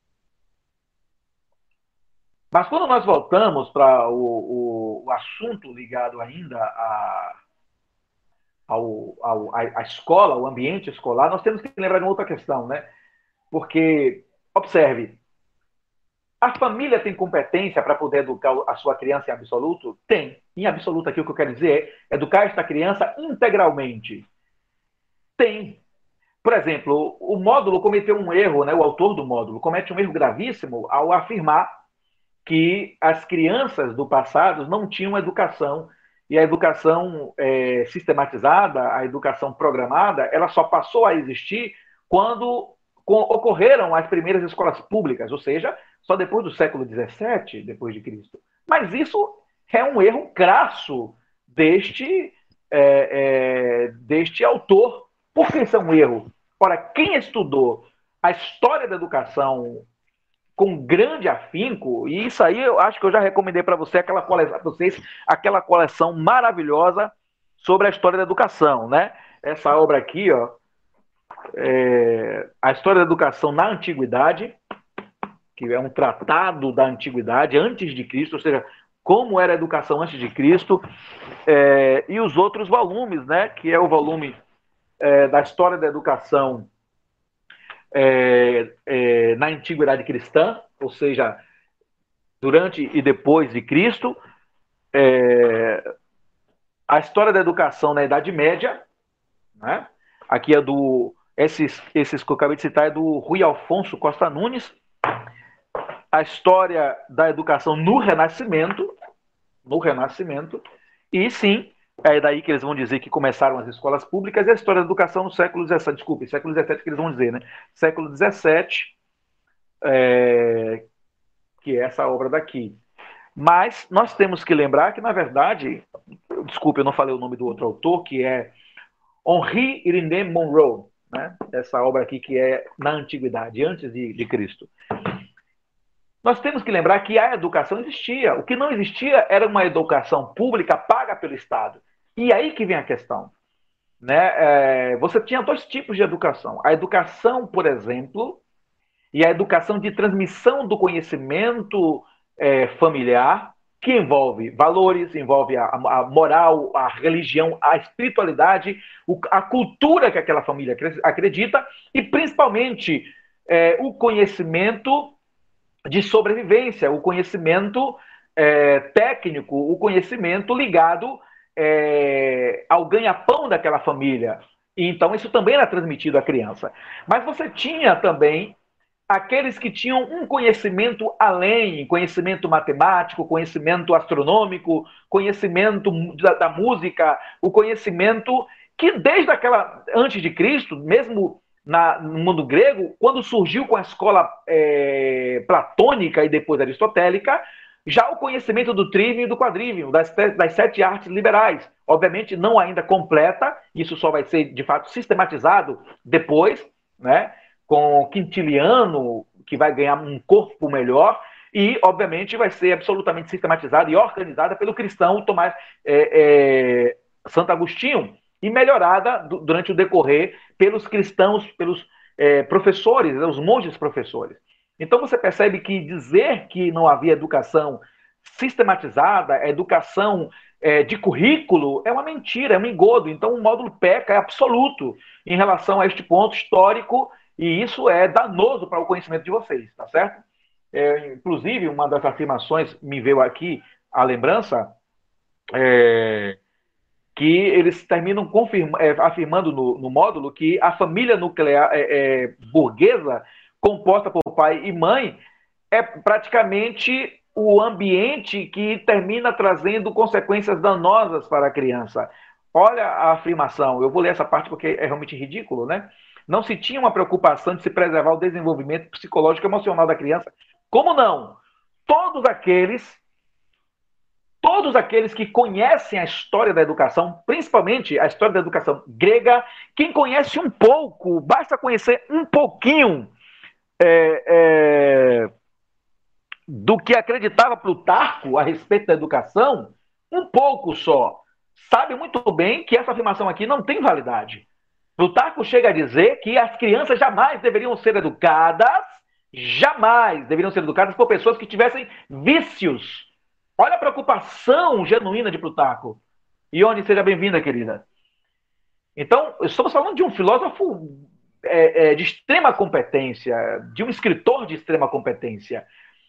mas quando nós voltamos para o, o, o assunto ligado ainda a, ao, ao, a escola, o ambiente escolar, nós temos que lembrar de uma outra questão, né? Porque, observe, a família tem competência para poder educar a sua criança em absoluto? Tem. Em absoluto, aqui o que eu quero dizer é educar esta criança integralmente. Tem. Por exemplo, o módulo cometeu um erro, né? O autor do módulo comete um erro gravíssimo ao afirmar que as crianças do passado não tinham educação, e a educação é, sistematizada, a educação programada, ela só passou a existir quando ocorreram as primeiras escolas públicas, ou seja, só depois do século dezessete, depois de Cristo. Mas isso é um erro crasso deste, é, é, deste autor. Por que isso é um erro? Ora, quem estudou a história da educação com grande afinco, e isso aí eu acho que eu já recomendei para você aquela coleção, vocês aquela coleção maravilhosa sobre a história da educação, né? Essa obra aqui, ó, é, a história da educação na antiguidade, que é um tratado da antiguidade antes de Cristo, ou seja, como era a educação antes de Cristo, é, e os outros volumes, né? Que é o volume é, da história da educação É, é, na antiguidade cristã, ou seja, durante e depois de Cristo, é, a história da educação na Idade Média, né? Aqui é do esses, esses que eu acabei de citar é do Rui Alfonso Costa Nunes, a história da educação no Renascimento, no Renascimento, e sim, é daí que eles vão dizer que começaram as escolas públicas, e a história da educação no século dezessete, desculpe, século dezessete que eles vão dizer, né? Século dezessete, é, que é essa obra daqui. Mas nós temos que lembrar que, na verdade, desculpe, eu não falei o nome do outro autor, que é Henri Irénée Monroe, né? Essa obra aqui que é na antiguidade, antes de, de Cristo. Nós temos que lembrar que a educação existia. O que não existia era uma educação pública paga pelo Estado. E aí que vem a questão. Né? É, você tinha dois tipos de educação. A educação, por exemplo, e a educação de transmissão do conhecimento é, familiar, que envolve valores, envolve a, a moral, a religião, a espiritualidade, o, a cultura que aquela família acredita e, principalmente, é, o conhecimento de sobrevivência, o conhecimento é, técnico, o conhecimento ligado é, ao ganha-pão daquela família. E, então, isso também era transmitido à criança. Mas você tinha também aqueles que tinham um conhecimento além, conhecimento matemático, conhecimento astronômico, conhecimento da, da música, o conhecimento que desde aquela, antes de Cristo, mesmo na, no mundo grego, quando surgiu com a escola é, platônica e depois aristotélica, já o conhecimento do trivium e do quadrivium, das, das sete artes liberais. Obviamente não ainda completa, isso só vai ser de fato sistematizado depois, né, com Quintiliano, que vai ganhar um corpo melhor, e obviamente vai ser absolutamente sistematizada e organizada pelo cristão Tomás é, é, Santo Agostinho, e melhorada do, durante o decorrer pelos cristãos, pelos é, professores, os monges professores. Então você percebe que dizer que não havia educação sistematizada, educação é, de currículo, é uma mentira, é um engodo. Então o módulo peca é absoluto em relação a este ponto histórico, e isso é danoso para o conhecimento de vocês, tá certo? É, inclusive, uma das afirmações me veio aqui a lembrança, é, que eles terminam confirma, é, afirmando no, no módulo que a família nuclear é, é, burguesa, composta por pai e mãe, é praticamente o ambiente que termina trazendo consequências danosas para a criança. Olha a afirmação, eu vou ler essa parte porque é realmente ridículo, né? Não se tinha uma preocupação de se preservar o desenvolvimento psicológico e emocional da criança. Como não? Todos aqueles, todos aqueles que conhecem a história da educação, principalmente a história da educação grega, quem conhece um pouco, basta conhecer um pouquinho é, é, do que acreditava Plutarco a respeito da educação, um pouco só, sabe muito bem que essa afirmação aqui não tem validade. Plutarco chega a dizer que as crianças jamais deveriam ser educadas, jamais deveriam ser educadas por pessoas que tivessem vícios. Olha a preocupação genuína de Plutarco. Ione, seja bem-vinda, querida. Então, estamos falando de um filósofo é, é, de extrema competência, de um escritor de extrema competência.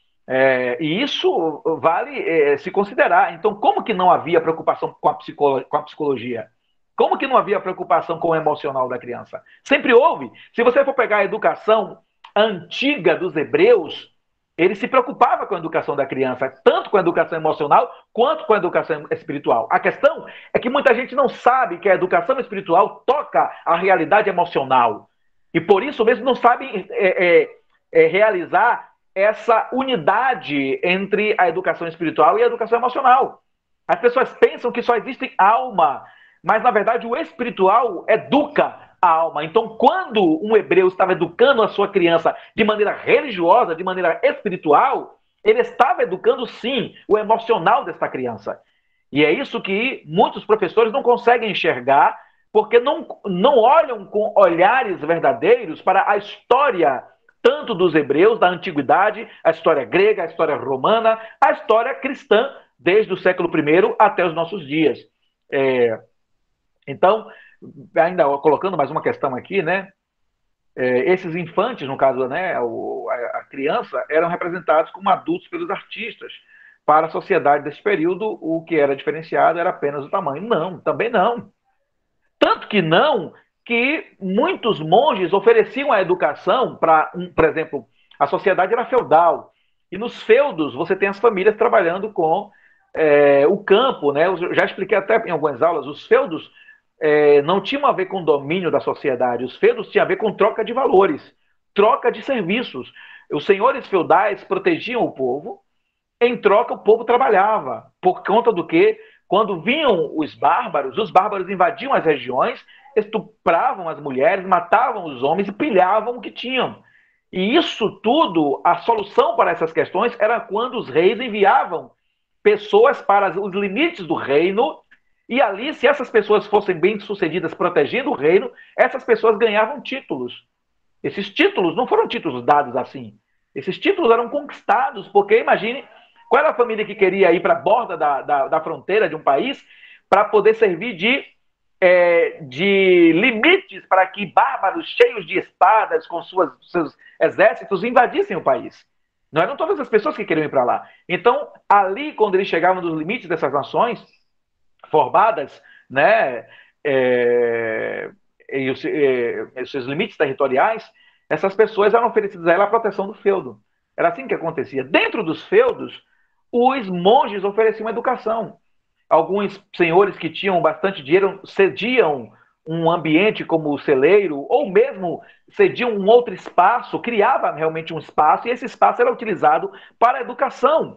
É, e isso vale é, se considerar. Então, como que não havia preocupação com a, psicolo- com a psicologia? Como que não havia preocupação com o emocional da criança? Sempre houve. Se você for pegar a educação antiga dos hebreus, ele se preocupava com a educação da criança, tanto com a educação emocional, quanto com a educação espiritual. A questão é que muita gente não sabe que a educação espiritual toca a realidade emocional. E por isso mesmo não sabe é, é, é, realizar essa unidade entre a educação espiritual e a educação emocional. As pessoas pensam que só existe alma, mas, na verdade, o espiritual educa a alma. Então, quando um hebreu estava educando a sua criança de maneira religiosa, de maneira espiritual, ele estava educando, sim, o emocional dessa criança. E é isso que muitos professores não conseguem enxergar, porque não, não olham com olhares verdadeiros para a história, tanto dos hebreus, da antiguidade, a história grega, a história romana, a história cristã, desde o século primeiro até os nossos dias. É... Então, ainda colocando mais uma questão aqui, né? É, esses infantes, no caso, né, o, a, a criança, eram representados como adultos pelos artistas. Para a sociedade desse período, o que era diferenciado era apenas o tamanho. Não, também não. Tanto que não, que muitos monges ofereciam a educação para, um, por exemplo, a sociedade era feudal. E nos feudos você tem as famílias trabalhando com é, o campo, né? Eu já expliquei até em algumas aulas, os feudos É, não tinham a ver com domínio da sociedade. Os feudos tinham a ver com troca de valores, troca de serviços. Os senhores feudais protegiam o povo, em troca o povo trabalhava. Por conta do que, quando vinham os bárbaros, os bárbaros invadiam as regiões, estupravam as mulheres, matavam os homens e pilhavam o que tinham. E isso tudo, a solução para essas questões era quando os reis enviavam pessoas para os limites do reino. E ali, se essas pessoas fossem bem-sucedidas protegendo o reino, essas pessoas ganhavam títulos. Esses títulos não foram títulos dados assim. Esses títulos eram conquistados, porque imagine, qual era a família que queria ir para a borda da, da, da fronteira de um país para poder servir de, é, de limites para que bárbaros cheios de espadas, com suas, seus exércitos, invadissem o país. Não eram todas as pessoas que queriam ir para lá. Então, ali, quando eles chegavam nos limites dessas nações formadas, né, é, e os, é, os seus limites territoriais, essas pessoas eram oferecidas a ela a proteção do feudo. Era assim que acontecia. Dentro dos feudos, os monges ofereciam educação. Alguns senhores que tinham bastante dinheiro cediam um ambiente como o celeiro, ou mesmo cediam um outro espaço, criava realmente um espaço, e esse espaço era utilizado para a educação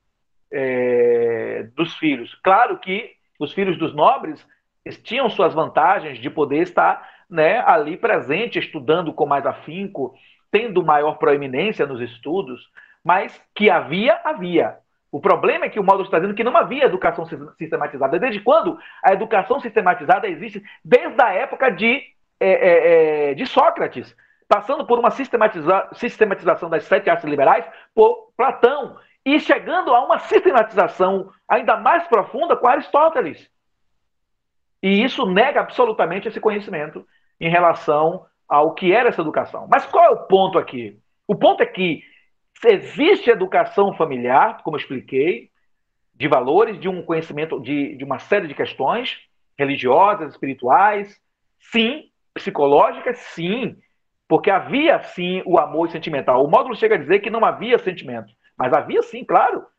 é, dos filhos. Claro que os filhos dos nobres tinham suas vantagens de poder estar, né, ali presente, estudando com mais afinco, tendo maior proeminência nos estudos, mas que havia, havia. O problema é que o Módulo está dizendo que não havia educação sistematizada. Desde quando a educação sistematizada existe? Desde a época de, é, é, de Sócrates, passando por uma sistematiza sistematização das sete artes liberais por Platão, e chegando a uma sistematização ainda mais profunda com Aristóteles. E isso nega absolutamente esse conhecimento em relação ao que era essa educação. Mas qual é o ponto aqui? O ponto é que existe educação familiar, como eu expliquei, de valores, de um conhecimento, de, de uma série de questões religiosas, espirituais, sim, psicológicas, sim, porque havia, sim, o amor sentimental. O módulo chega a dizer que não havia sentimento. Mas havia sim, claro.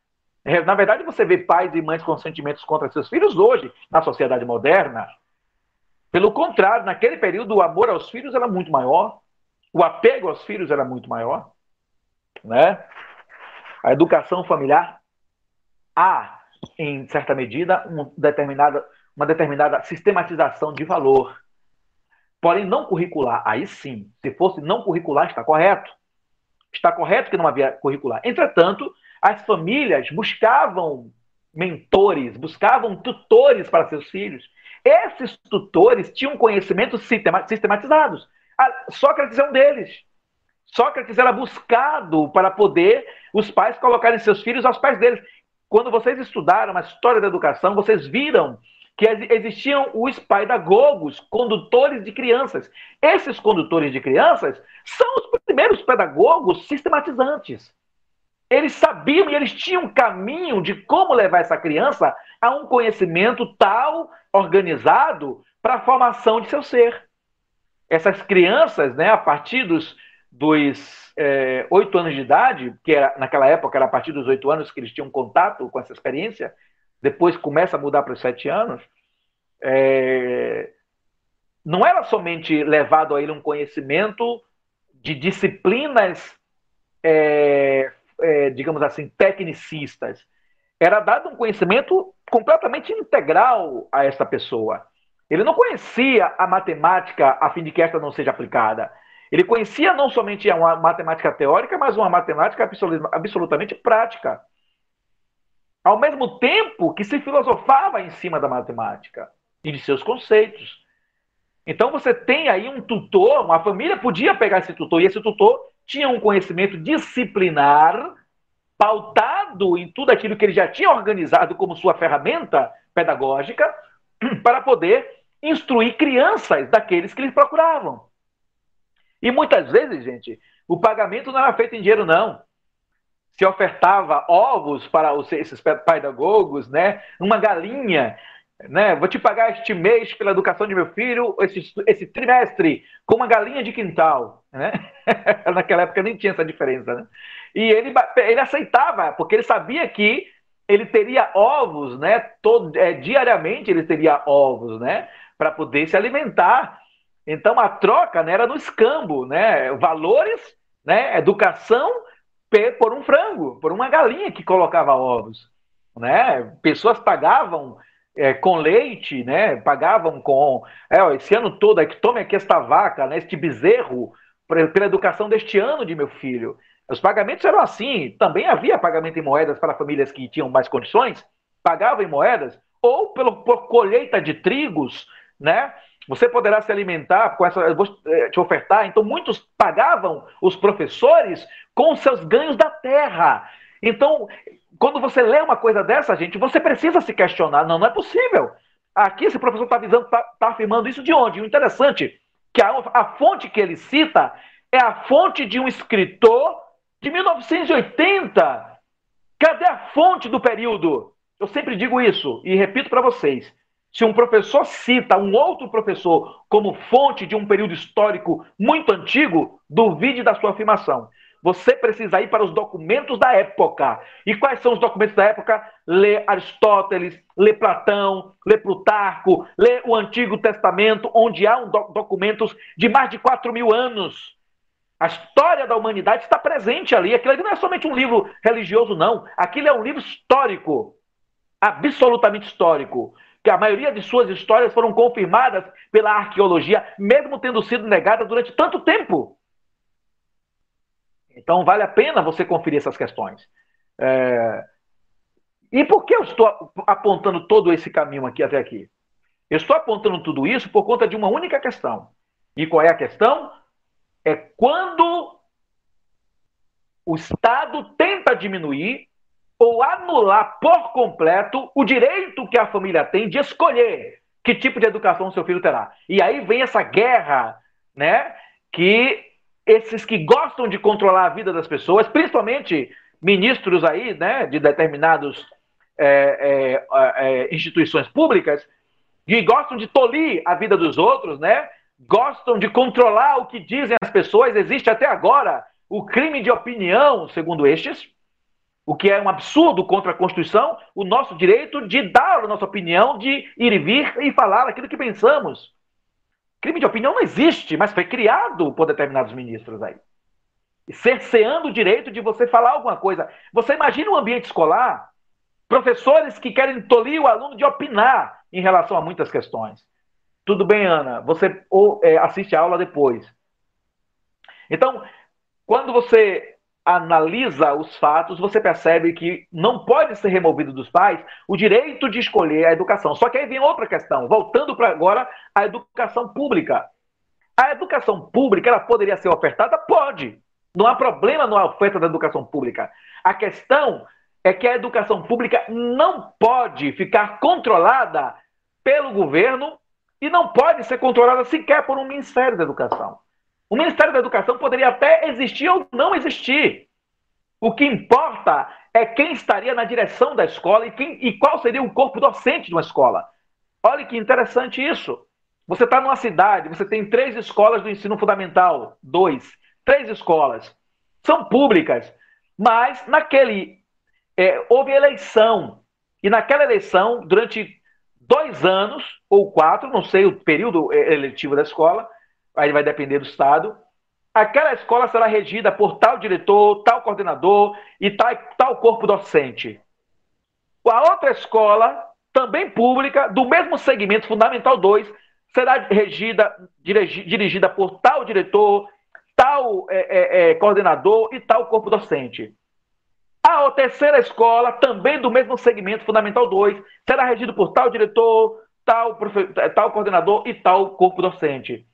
Na verdade, você vê pais e mães com sentimentos contra seus filhos hoje, na sociedade moderna. Pelo contrário, naquele período, o amor aos filhos era muito maior, o apego aos filhos era muito maior, né? A educação familiar há, em certa medida, uma determinada, uma determinada sistematização de valor. Porém, não curricular, aí sim, se fosse não curricular, está correto. Está correto que não havia curricular. Entretanto, as famílias buscavam mentores, buscavam tutores para seus filhos. Esses tutores tinham conhecimentos sistematizados. Sócrates é um deles. Sócrates era buscado para poder os pais colocarem seus filhos aos pés deles. Quando vocês estudaram a história da educação, vocês viram que existiam os pedagogos, condutores de crianças. Esses condutores de crianças são os primeiros pedagogos sistematizantes. Eles sabiam e eles tinham um caminho de como levar essa criança a um conhecimento tal, organizado, para a formação de seu ser. Essas crianças, né, a partir dos dos é, oito anos de idade, que era, naquela época era a partir dos oito anos que eles tinham contato com essa experiência, depois começa a mudar para os sete anos, é, não era somente levado a ele um conhecimento de disciplinas, é, é, digamos assim, tecnicistas. Era dado um conhecimento completamente integral a essa pessoa. Ele não conhecia a matemática a fim de que esta não seja aplicada. Ele conhecia não somente uma matemática teórica, mas uma matemática absolutamente prática. Ao mesmo tempo que se filosofava em cima da matemática e de seus conceitos. Então você tem aí um tutor, uma família podia pegar esse tutor, e esse tutor tinha um conhecimento disciplinar, pautado em tudo aquilo que ele já tinha organizado como sua ferramenta pedagógica, para poder instruir crianças daqueles que eles procuravam. E muitas vezes, gente, o pagamento não era feito em dinheiro, não. Se ofertava ovos para os, esses pedagogos, né? Uma galinha, né? Vou te pagar este mês pela educação de meu filho, esse, esse trimestre, com uma galinha de quintal, né? Naquela época nem tinha essa diferença, né? E ele, ele aceitava, porque ele sabia que ele teria ovos, né? Todo, é, diariamente ele teria ovos, né? Para poder se alimentar. Então a troca, né, era no escambo, né? Valores, né? Educação por um frango, por uma galinha que colocava ovos, né? Pessoas pagavam é, com leite, né? Pagavam com é, esse ano todo, é que tome aqui esta vaca, né? Este bezerro pela educação deste ano de meu filho. Os pagamentos eram assim. Também havia pagamento em moedas para famílias que tinham mais condições, pagavam em moedas ou pelo, por colheita de trigos, né? Você poderá se alimentar com essa, eu vou te ofertar. Então, muitos pagavam os professores com seus ganhos da terra. Então, quando você lê uma coisa dessa, gente, você precisa se questionar. Não, não é possível. Aqui, esse professor está avisando, está tá afirmando isso de onde? O interessante, que a, a fonte que ele cita é a fonte de um escritor de mil novecentos e oitenta. Cadê a fonte do período? Eu sempre digo isso e repito para vocês. Se um professor cita um outro professor como fonte de um período histórico muito antigo, duvide da sua afirmação. Você precisa ir para os documentos da época. E quais são os documentos da época? Lê Aristóteles, lê Platão, lê Plutarco, lê o Antigo Testamento, onde há um do- documentos de mais de quatro mil anos. A história da humanidade está presente ali. Aquilo ali não é somente um livro religioso, não. Aquilo é um livro histórico, absolutamente histórico. Que a maioria de suas histórias foram confirmadas pela arqueologia, mesmo tendo sido negadas durante tanto tempo. Então, vale a pena você conferir essas questões. É... E por que eu estou apontando todo esse caminho aqui até aqui? Eu estou apontando tudo isso por conta de uma única questão. E qual é a questão? É quando o Estado tenta diminuir ou anular por completo o direito que a família tem de escolher que tipo de educação seu filho terá. E aí vem essa guerra, né, que esses que gostam de controlar a vida das pessoas, principalmente ministros aí, né, de determinados é, é, é, instituições públicas, que gostam de tolir a vida dos outros, né, gostam de controlar o que dizem as pessoas. Existe até agora o crime de opinião, segundo estes, o que é um absurdo contra a Constituição, o nosso direito de dar a nossa opinião, de ir e vir e falar aquilo que pensamos. Crime de opinião não existe, mas foi criado por determinados ministros aí. Cerceando o direito de você falar alguma coisa. Você imagina um ambiente escolar, professores que querem tolir o aluno de opinar em relação a muitas questões. Tudo bem, Ana, você ou, é, assiste a aula depois. Então, quando você analisa os fatos, você percebe que não pode ser removido dos pais o direito de escolher a educação. Só que aí vem outra questão, voltando para agora a educação pública. A educação pública, ela poderia ser ofertada? Pode. Não há problema na oferta da educação pública. A questão é que a educação pública não pode ficar controlada pelo governo e não pode ser controlada sequer por um Ministério da Educação. O Ministério da Educação poderia até existir ou não existir. O que importa é quem estaria na direção da escola e, quem, e qual seria o corpo docente de uma escola. Olha que interessante isso. Você está numa cidade, você tem três escolas do ensino fundamental, dois, três escolas. São públicas, mas naquele é, houve eleição. E naquela eleição, durante dois anos, ou quatro, não sei o período eletivo da escola, aí vai depender do estado, aquela escola será regida por tal diretor, tal coordenador e tal, tal corpo docente. A outra escola, também pública, do mesmo segmento Fundamental dois, será regida, dirigi, dirigida por tal diretor, tal é, é, é, coordenador e tal corpo docente. A terceira escola, também do mesmo segmento Fundamental dois, será regida por tal diretor, tal, tal coordenador e tal corpo docente.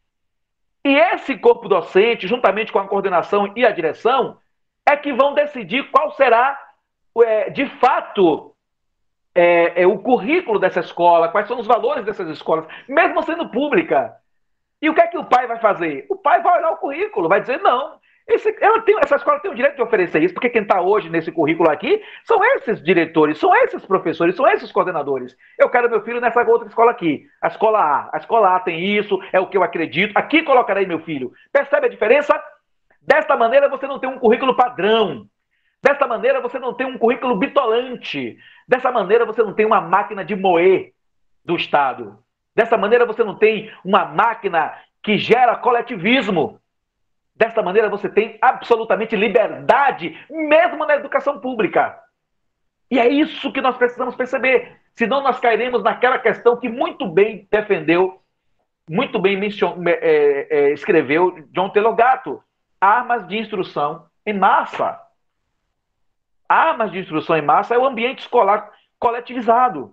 E esse corpo docente, juntamente com a coordenação e a direção, é que vão decidir qual será, é, de fato, é, é, o currículo dessa escola, quais são os valores dessas escolas, mesmo sendo pública. E o que é que o pai vai fazer? O pai vai olhar o currículo, vai dizer, não, esse, ela tem, essa escola tem o direito de oferecer isso, porque quem está hoje nesse currículo aqui são esses diretores, são esses professores, são esses coordenadores. Eu quero meu filho nessa outra escola aqui, a escola A. A escola A tem isso, é o que eu acredito, aqui colocarei meu filho. Percebe a diferença? Desta maneira você não tem um currículo padrão. Desta maneira você não tem um currículo bitolante. Dessa maneira você não tem uma máquina de moer do Estado. Dessa maneira você não tem uma máquina que gera coletivismo. Desta maneira você tem absolutamente liberdade, mesmo na educação pública. E é isso que nós precisamos perceber. Senão nós cairemos naquela questão que muito bem defendeu, muito bem mencion... é, é, escreveu John Taylor Gatto. Armas de instrução em massa. Armas de instrução em massa é o ambiente escolar coletivizado.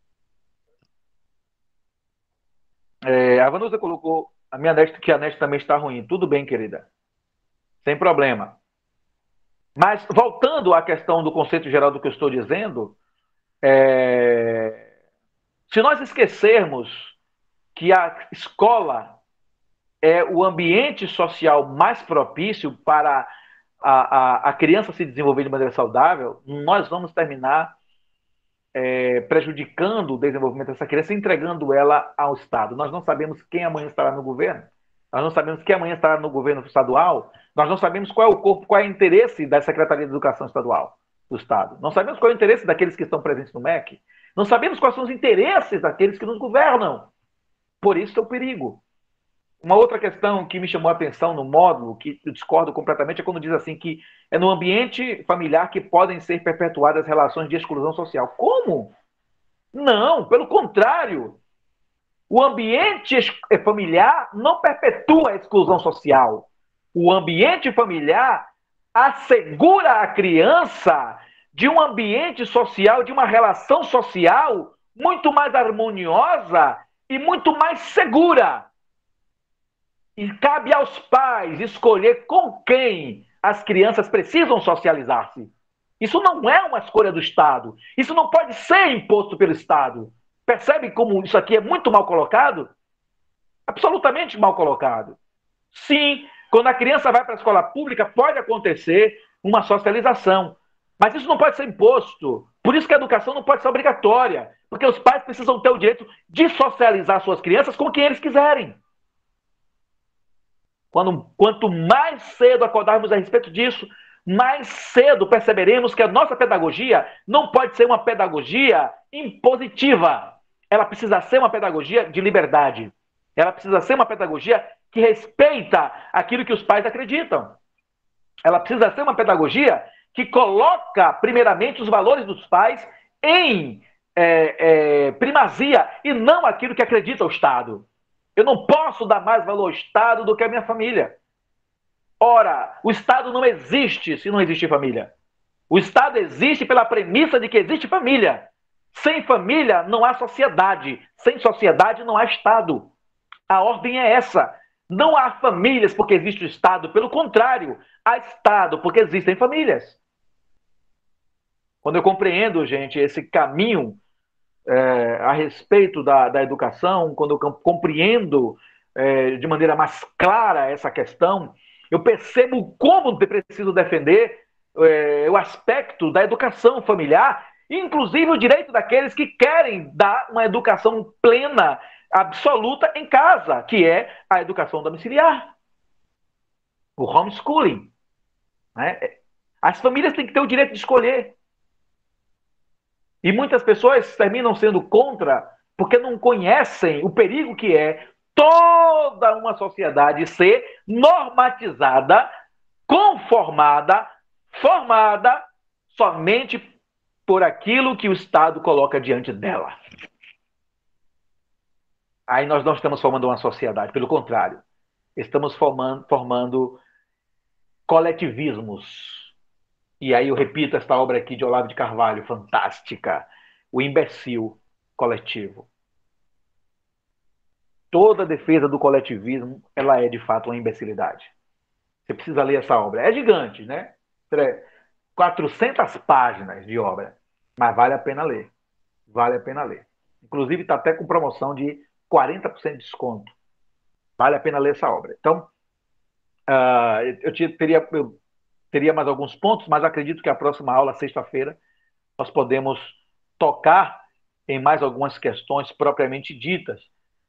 É, a Vanusa colocou a minha net, que a net também está ruim. Tudo bem, querida. Sem problema. Mas, voltando à questão do conceito geral do que eu estou dizendo, é... se nós esquecermos que a escola é o ambiente social mais propício para a, a, a criança se desenvolver de maneira saudável, nós vamos terminar É, prejudicando o desenvolvimento dessa criança, entregando ela ao Estado. Nós não sabemos quem amanhã estará no governo, nós não sabemos quem amanhã estará no governo estadual, nós não sabemos qual é o corpo, qual é o interesse da Secretaria de Educação Estadual do Estado, não sabemos qual é o interesse daqueles que estão presentes no M E C, não sabemos quais são os interesses daqueles que nos governam. Por isso é o perigo. Uma outra questão que me chamou a atenção no módulo, que eu discordo completamente, é quando diz assim que é no ambiente familiar que podem ser perpetuadas relações de exclusão social. Como? Não, pelo contrário. O ambiente familiar não perpetua a exclusão social. O ambiente familiar assegura a criança de um ambiente social, de uma relação social muito mais harmoniosa e muito mais segura. E cabe aos pais escolher com quem as crianças precisam socializar-se. Isso não é uma escolha do Estado. Isso não pode ser imposto pelo Estado. Percebe como isso aqui é muito mal colocado? Absolutamente mal colocado. Sim, quando a criança vai para a escola pública, pode acontecer uma socialização. Mas isso não pode ser imposto. Por isso que a educação não pode ser obrigatória. Porque os pais precisam ter o direito de socializar suas crianças com quem eles quiserem. Quando, quanto mais cedo acordarmos a respeito disso, mais cedo perceberemos que a nossa pedagogia não pode ser uma pedagogia impositiva. Ela precisa ser uma pedagogia de liberdade. Ela precisa ser uma pedagogia que respeita aquilo que os pais acreditam. Ela precisa ser uma pedagogia que coloca, primeiramente, os valores dos pais em é, é, primazia e não aquilo que acredita o Estado. Eu não posso dar mais valor ao Estado do que à minha família. Ora, o Estado não existe se não existe família. O Estado existe pela premissa de que existe família. Sem família não há sociedade. Sem sociedade não há Estado. A ordem é essa. Não há famílias porque existe o Estado. Pelo contrário, há Estado porque existem famílias. Quando eu compreendo, gente, esse caminho é, a respeito da, da educação, quando eu compreendo é, de maneira mais clara essa questão, eu percebo como preciso defender é, o aspecto da educação familiar, inclusive o direito daqueles que querem dar uma educação plena, absoluta em casa, que é a educação domiciliar, o homeschooling. Né? As famílias têm que ter o direito de escolher. E muitas pessoas terminam sendo contra porque não conhecem o perigo que é toda uma sociedade ser normatizada, conformada, formada somente por aquilo que o Estado coloca diante dela. Aí nós não estamos formando uma sociedade, pelo contrário, estamos formando, formando coletivismos. E aí eu repito esta obra aqui de Olavo de Carvalho, fantástica, O Imbecil Coletivo. Toda defesa do coletivismo, ela é de fato uma imbecilidade. Você precisa ler essa obra. É gigante, né? quatrocentas páginas de obra, mas vale a pena ler. Vale a pena ler. Inclusive está até com promoção de quarenta por cento de desconto. Vale a pena ler essa obra. Então, uh, eu teria... Eu, Teria mais alguns pontos, mas acredito que a próxima aula, sexta-feira, nós podemos tocar em mais algumas questões propriamente ditas.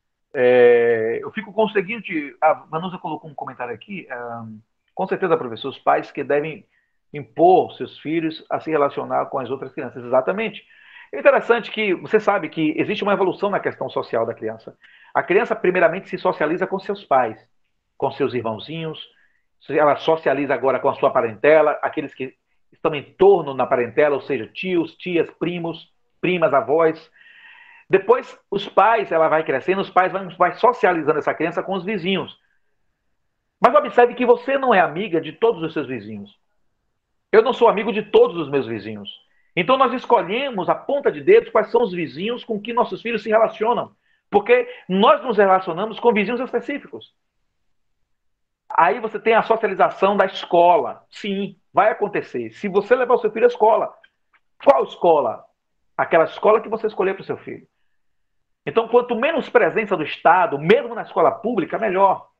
É, eu fico com o seguinte, a Vanusa colocou um comentário aqui, é, com certeza, professor, os pais que devem impor seus filhos a se relacionar com as outras crianças. Exatamente. É interessante que você sabe que existe uma evolução na questão social da criança. A criança, primeiramente, se socializa com seus pais, com seus irmãozinhos, ela socializa agora com a sua parentela, aqueles que estão em torno na parentela, ou seja, tios, tias, primos, primas, avós. Depois, os pais, ela vai crescendo, os pais vão, vai socializando essa criança com os vizinhos. Mas observe que você não é amiga de todos os seus vizinhos. Eu não sou amigo de todos os meus vizinhos. Então, nós escolhemos a ponta de dedos quais são os vizinhos com que nossos filhos se relacionam. Porque nós nos relacionamos com vizinhos específicos. Aí você tem a socialização da escola. Sim, vai acontecer. Se você levar o seu filho à escola, qual escola? Aquela escola que você escolher para o seu filho. Então, quanto menos presença do Estado, mesmo na escola pública, melhor.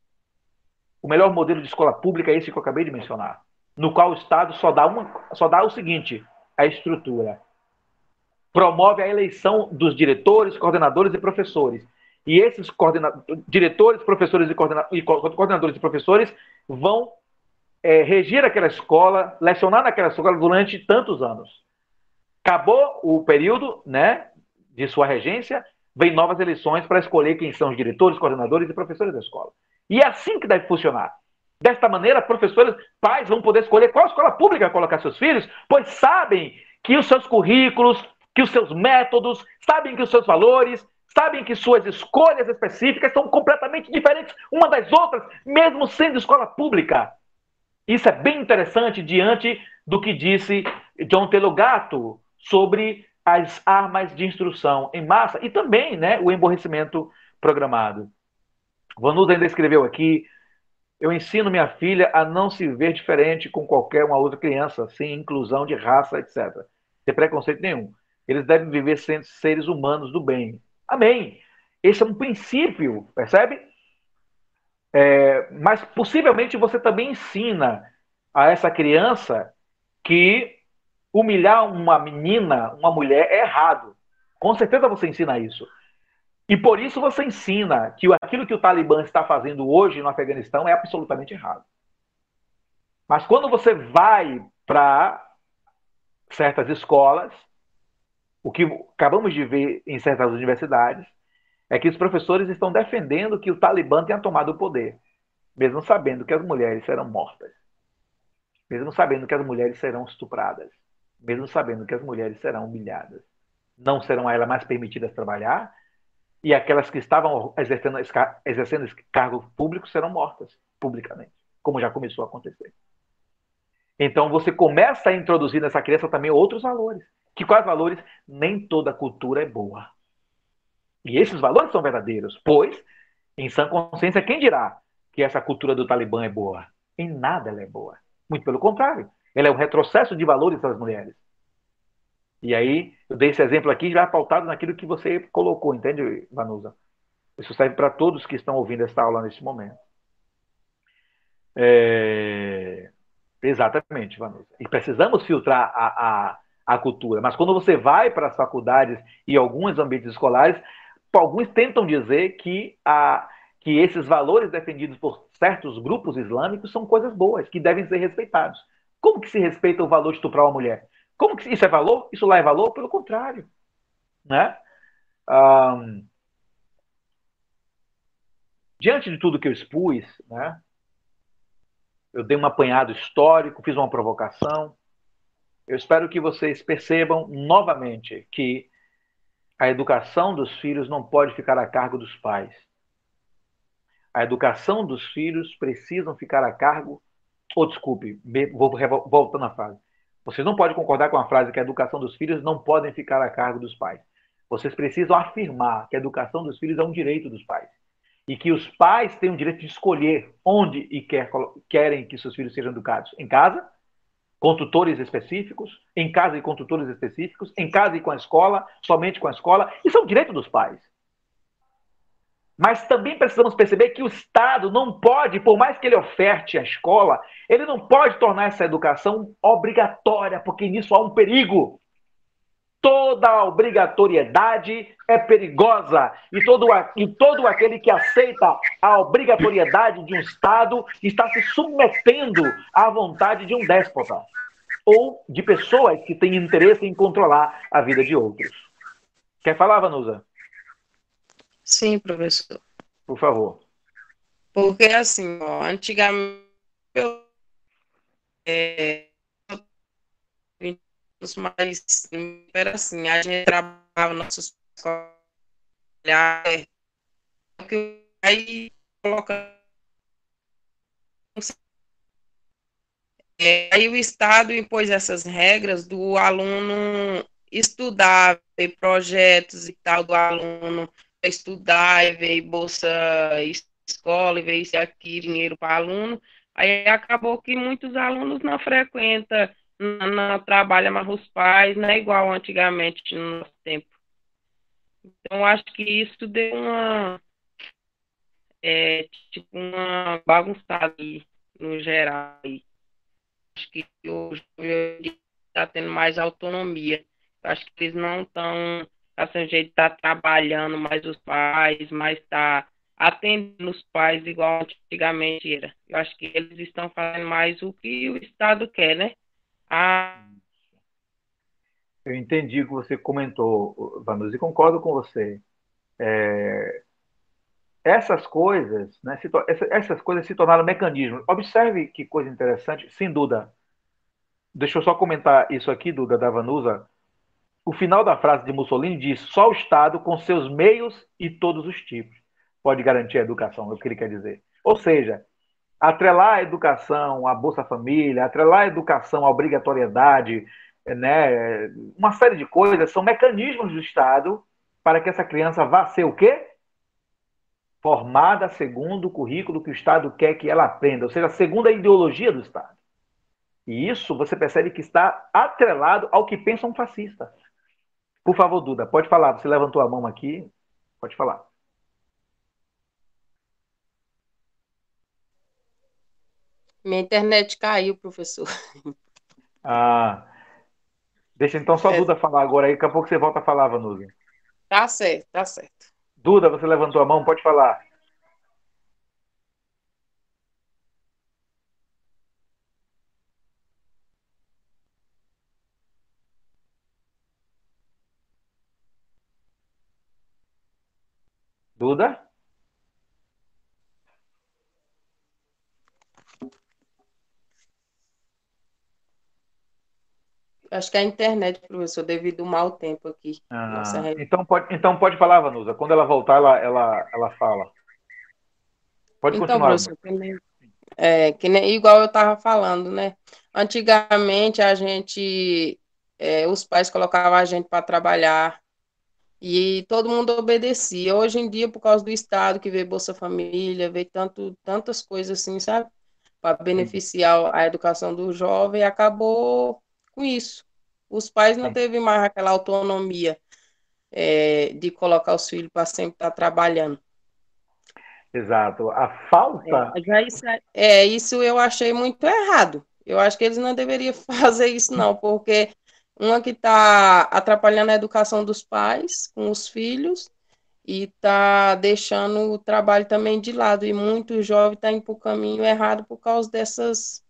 O melhor modelo de escola pública é esse que eu acabei de mencionar, no qual o Estado só dá, uma, só dá o seguinte, a estrutura. Promove a eleição dos diretores, coordenadores e professores. E esses coordena... diretores, professores e, coordena... e coordenadores e professores vão é, regir aquela escola, lecionar naquela escola durante tantos anos. Acabou o período, né, de sua regência, vem novas eleições para escolher quem são os diretores, coordenadores e professores da escola. E é assim que deve funcionar. Desta maneira, professores, pais vão poder escolher qual escola pública colocar seus filhos, pois sabem que os seus currículos, que os seus métodos, sabem que os seus valores, sabem que suas escolhas específicas são completamente diferentes uma das outras, mesmo sendo escola pública. Isso é bem interessante diante do que disse John Taylor Gatto sobre as armas de instrução em massa e também, né, o emborrecimento programado. Vanusa ainda escreveu aqui: eu ensino minha filha a não se ver diferente com qualquer uma outra criança, sem inclusão de raça, etcétera. Sem preconceito nenhum. Eles devem viver sendo seres humanos do bem. Amém. Esse é um princípio, percebe? É, mas possivelmente você também ensina a essa criança que humilhar uma menina, uma mulher, é errado. Com certeza você ensina isso. E por isso você ensina que aquilo que o Talibã está fazendo hoje no Afeganistão é absolutamente errado. Mas quando você vai para certas escolas, o que acabamos de ver em certas universidades é que os professores estão defendendo que o Talibã tenha tomado o poder, mesmo sabendo que as mulheres serão mortas, mesmo sabendo que as mulheres serão estupradas, mesmo sabendo que as mulheres serão humilhadas. Não serão a elas mais permitidas trabalhar, e aquelas que estavam exercendo, exercendo cargos públicos serão mortas publicamente, como já começou a acontecer. Então você começa a introduzir nessa criança também outros valores. Que quais valores? Nem toda cultura é boa. E esses valores são verdadeiros, pois, em sã consciência, quem dirá que essa cultura do Talibã é boa? Em nada ela é boa. Muito pelo contrário. Ela é um retrocesso de valores das mulheres. E aí, eu dei esse exemplo aqui já pautado naquilo que você colocou, entende, Vanusa? Isso serve para todos que estão ouvindo esta aula neste momento. É... Exatamente, Vanusa. E precisamos filtrar a, a, a cultura. Mas quando você vai para as faculdades e alguns ambientes escolares, alguns tentam dizer que, a, que esses valores defendidos por certos grupos islâmicos são coisas boas, que devem ser respeitados. Como que se respeita o valor de estuprar uma mulher? Como que isso é valor? Isso lá é valor? Pelo contrário. Né? Um, diante de tudo que eu expus, né, eu dei um apanhado histórico, fiz uma provocação. Eu espero que vocês percebam novamente que a educação dos filhos não pode ficar a cargo dos pais. A educação dos filhos precisam ficar a cargo... Ou, oh, desculpe, vou voltando à frase. Vocês não podem concordar com a frase que a educação dos filhos não podem ficar a cargo dos pais. Vocês precisam afirmar que a educação dos filhos é um direito dos pais. E que os pais têm o direito de escolher onde e quer, querem que seus filhos sejam educados. Em casa, com tutores específicos, em casa e com tutores específicos, em casa e com a escola, somente com a escola. Isso é um direito dos pais. Mas também precisamos perceber que o Estado não pode, por mais que ele oferte a escola, ele não pode tornar essa educação obrigatória, porque nisso há um perigo. Toda obrigatoriedade é perigosa. E todo, e todo aquele que aceita a obrigatoriedade de um Estado está se submetendo à vontade de um déspota ou de pessoas que têm interesse em controlar a vida de outros. Quer falar, Vanusa? Sim, professor. Por favor. Porque, assim, ó, antigamente, eu, é, mas era assim, a gente trabalhava nossos aí coloca é, aí o Estado impôs essas regras do aluno estudar, ver projetos e tal do aluno estudar, e ver bolsa escola, e ver isso aqui, dinheiro para aluno. Aí acabou que muitos alunos não frequentam, não, não trabalham mais os pais, não é igual antigamente no nosso tempo. Então, acho que isso deu uma, é, tipo, uma bagunçada aí, no geral. Aí. Acho que hoje está tendo mais autonomia. Acho que eles não estão, assim, jeito de estar trabalhando mais os pais, mas está atendendo os pais igual antigamente era. Eu acho que eles estão fazendo mais o que o Estado quer, né? Ah, eu entendi o que você comentou, Vanusa, e concordo com você. É... Essas coisas, né, se to... essas coisas se tornaram mecanismos. Observe que coisa interessante, sem dúvida. Deixa eu só comentar isso aqui, Duda, da Vanusa. O final da frase de Mussolini diz: só o Estado, com seus meios e todos os tipos, pode garantir a educação, é o que ele quer dizer. Ou seja, atrelar a educação à Bolsa Família, atrelar a educação à obrigatoriedade, né, uma série de coisas, são mecanismos do Estado para que essa criança vá ser o quê? Formada segundo o currículo que o Estado quer que ela aprenda, ou seja, segundo a ideologia do Estado. E isso você percebe que está atrelado ao que pensa um fascista. Por favor, Duda, pode falar. Você levantou a mão aqui, pode falar. Minha internet caiu, professor. Ah, deixa então só a Duda falar agora, aí daqui a pouco você volta a falar, Vanusa. Tá certo, tá certo. Duda, você levantou a mão, pode falar. Duda? Acho que é a internet, professor, devido ao mau tempo aqui. Ah, Nossa, então, pode, então pode falar, Vanusa. Quando ela voltar, ela, ela, ela fala. Pode então, continuar, Vanusa. professor, que nem, é, que nem, igual eu estava falando, né? Antigamente, a gente, é, os pais colocavam a gente para trabalhar e todo mundo obedecia. Hoje em dia, por causa do Estado, que veio Bolsa Família, veio tanto, tantas coisas assim, sabe? Para Sim, beneficiar a educação do jovem, acabou com isso. Os pais não sim. teve mais aquela autonomia, é, de colocar os filhos para sempre estar trabalhando. Exato. A falta. É, já isso, é, é, isso eu achei muito errado. Eu acho que eles não deveriam fazer isso, não, porque uma que está atrapalhando a educação dos pais com os filhos e está deixando o trabalho também de lado. E muito jovem está indo para o caminho errado por causa dessas,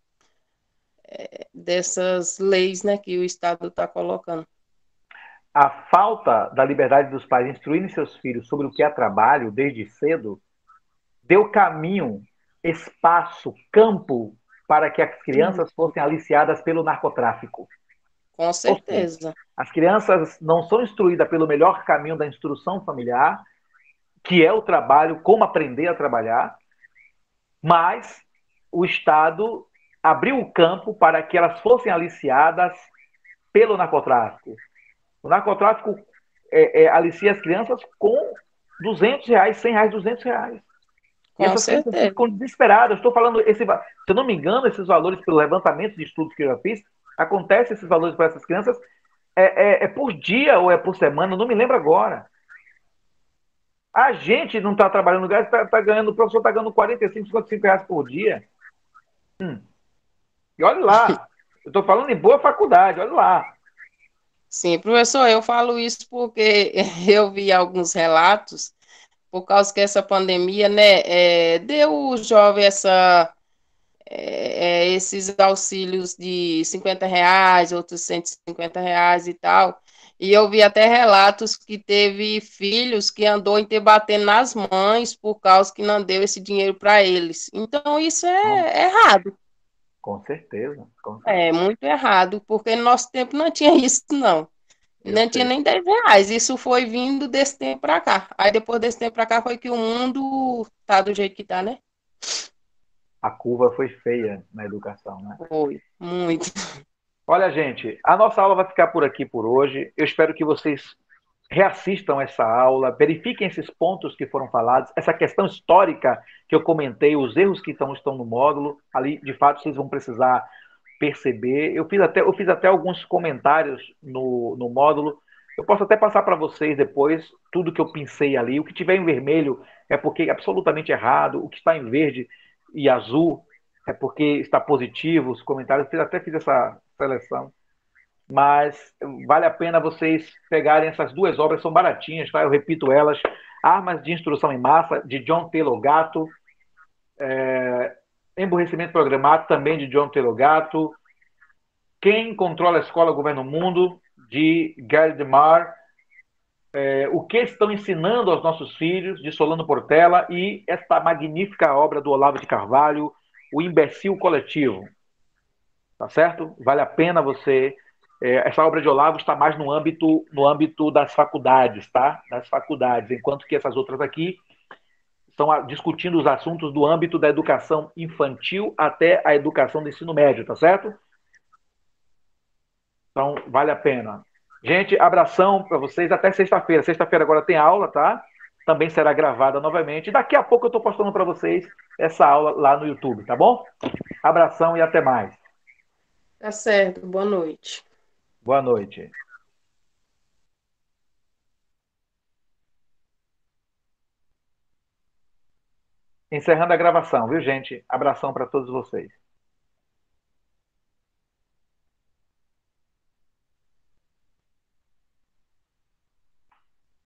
dessas leis, né, que o Estado está colocando. A falta da liberdade dos pais instruírem seus filhos sobre o que é trabalho desde cedo deu caminho, espaço, campo para que as crianças fossem aliciadas pelo narcotráfico. Com Ou seja, certeza. as crianças não são instruídas pelo melhor caminho da instrução familiar, que é o trabalho, como aprender a trabalhar, mas o Estado abriu o campo para que elas fossem aliciadas pelo narcotráfico. O narcotráfico é, é, alicia as crianças com duzentos reais, cem reais, duzentos reais. E Com essas crianças certeza. ficam desesperadas. Estou falando, esse, se eu não me engano, esses valores, pelo levantamento de estudos que eu já fiz, acontece esses valores para essas crianças é, é, é por dia ou é por semana, não me lembro agora. A gente não está trabalhando no lugar, está tá ganhando, o professor está ganhando quarenta e cinco, cinquenta e cinco reais por dia. Hum. E olha lá, eu estou falando em boa faculdade, olha lá. Sim, professor, eu falo isso porque eu vi alguns relatos, por causa que essa pandemia, né, é, deu o jovem essa, é, é, esses auxílios de cinquenta reais, outros cento e cinquenta reais e tal, e eu vi até relatos que teve filhos que andou em ter batendo nas mães por causa que não deu esse dinheiro para eles. Então, isso é errado, Com certeza, com é certeza. muito errado, porque no nosso tempo não tinha isso, não. Eu Não tinha sei. nem dez reais. Isso foi vindo desse tempo para cá. Aí depois desse tempo para cá foi que o mundo tá do jeito que tá, né? A curva foi feia na educação, né? Foi, muito. Olha, gente, a nossa aula vai ficar por aqui por hoje. Eu espero que vocês reassistam essa aula, verifiquem esses pontos que foram falados, essa questão histórica que eu comentei, os erros que estão, estão no módulo, ali, de fato, vocês vão precisar perceber. Eu fiz até, eu fiz até alguns comentários no, no módulo. Eu posso até passar para vocês depois tudo que eu pensei ali. O que tiver em vermelho é porque é absolutamente errado, o que está em verde e azul é porque está positivo, os comentários. Eu até fiz essa seleção, mas vale a pena vocês pegarem essas duas obras, são baratinhas, tá? Eu repito elas: Armas de Instrução em Massa, de John Taylor Gatto, é, Emburrecimento Programado, também de John Taylor Gatto, Quem Controla a Escola Governa o Mundo, de Gary DeMar, é, O que Estão Ensinando aos Nossos Filhos, de Solano Portela, e esta magnífica obra do Olavo de Carvalho, O Imbecil Coletivo. Tá certo? Vale a pena você. É, essa obra de Olavo está mais no âmbito, no âmbito das faculdades, tá? Das faculdades, enquanto que essas outras aqui estão discutindo os assuntos do âmbito da educação infantil até a educação do ensino médio, tá certo? Então, vale a pena. Gente, abração para vocês até sexta-feira. Sexta-feira agora tem aula, tá? Também será gravada novamente. Daqui a pouco eu estou postando para vocês essa aula lá no YouTube, tá bom? Abração e até mais. Tá certo, boa noite. Boa noite. Encerrando a gravação, viu, gente? Abração para todos vocês.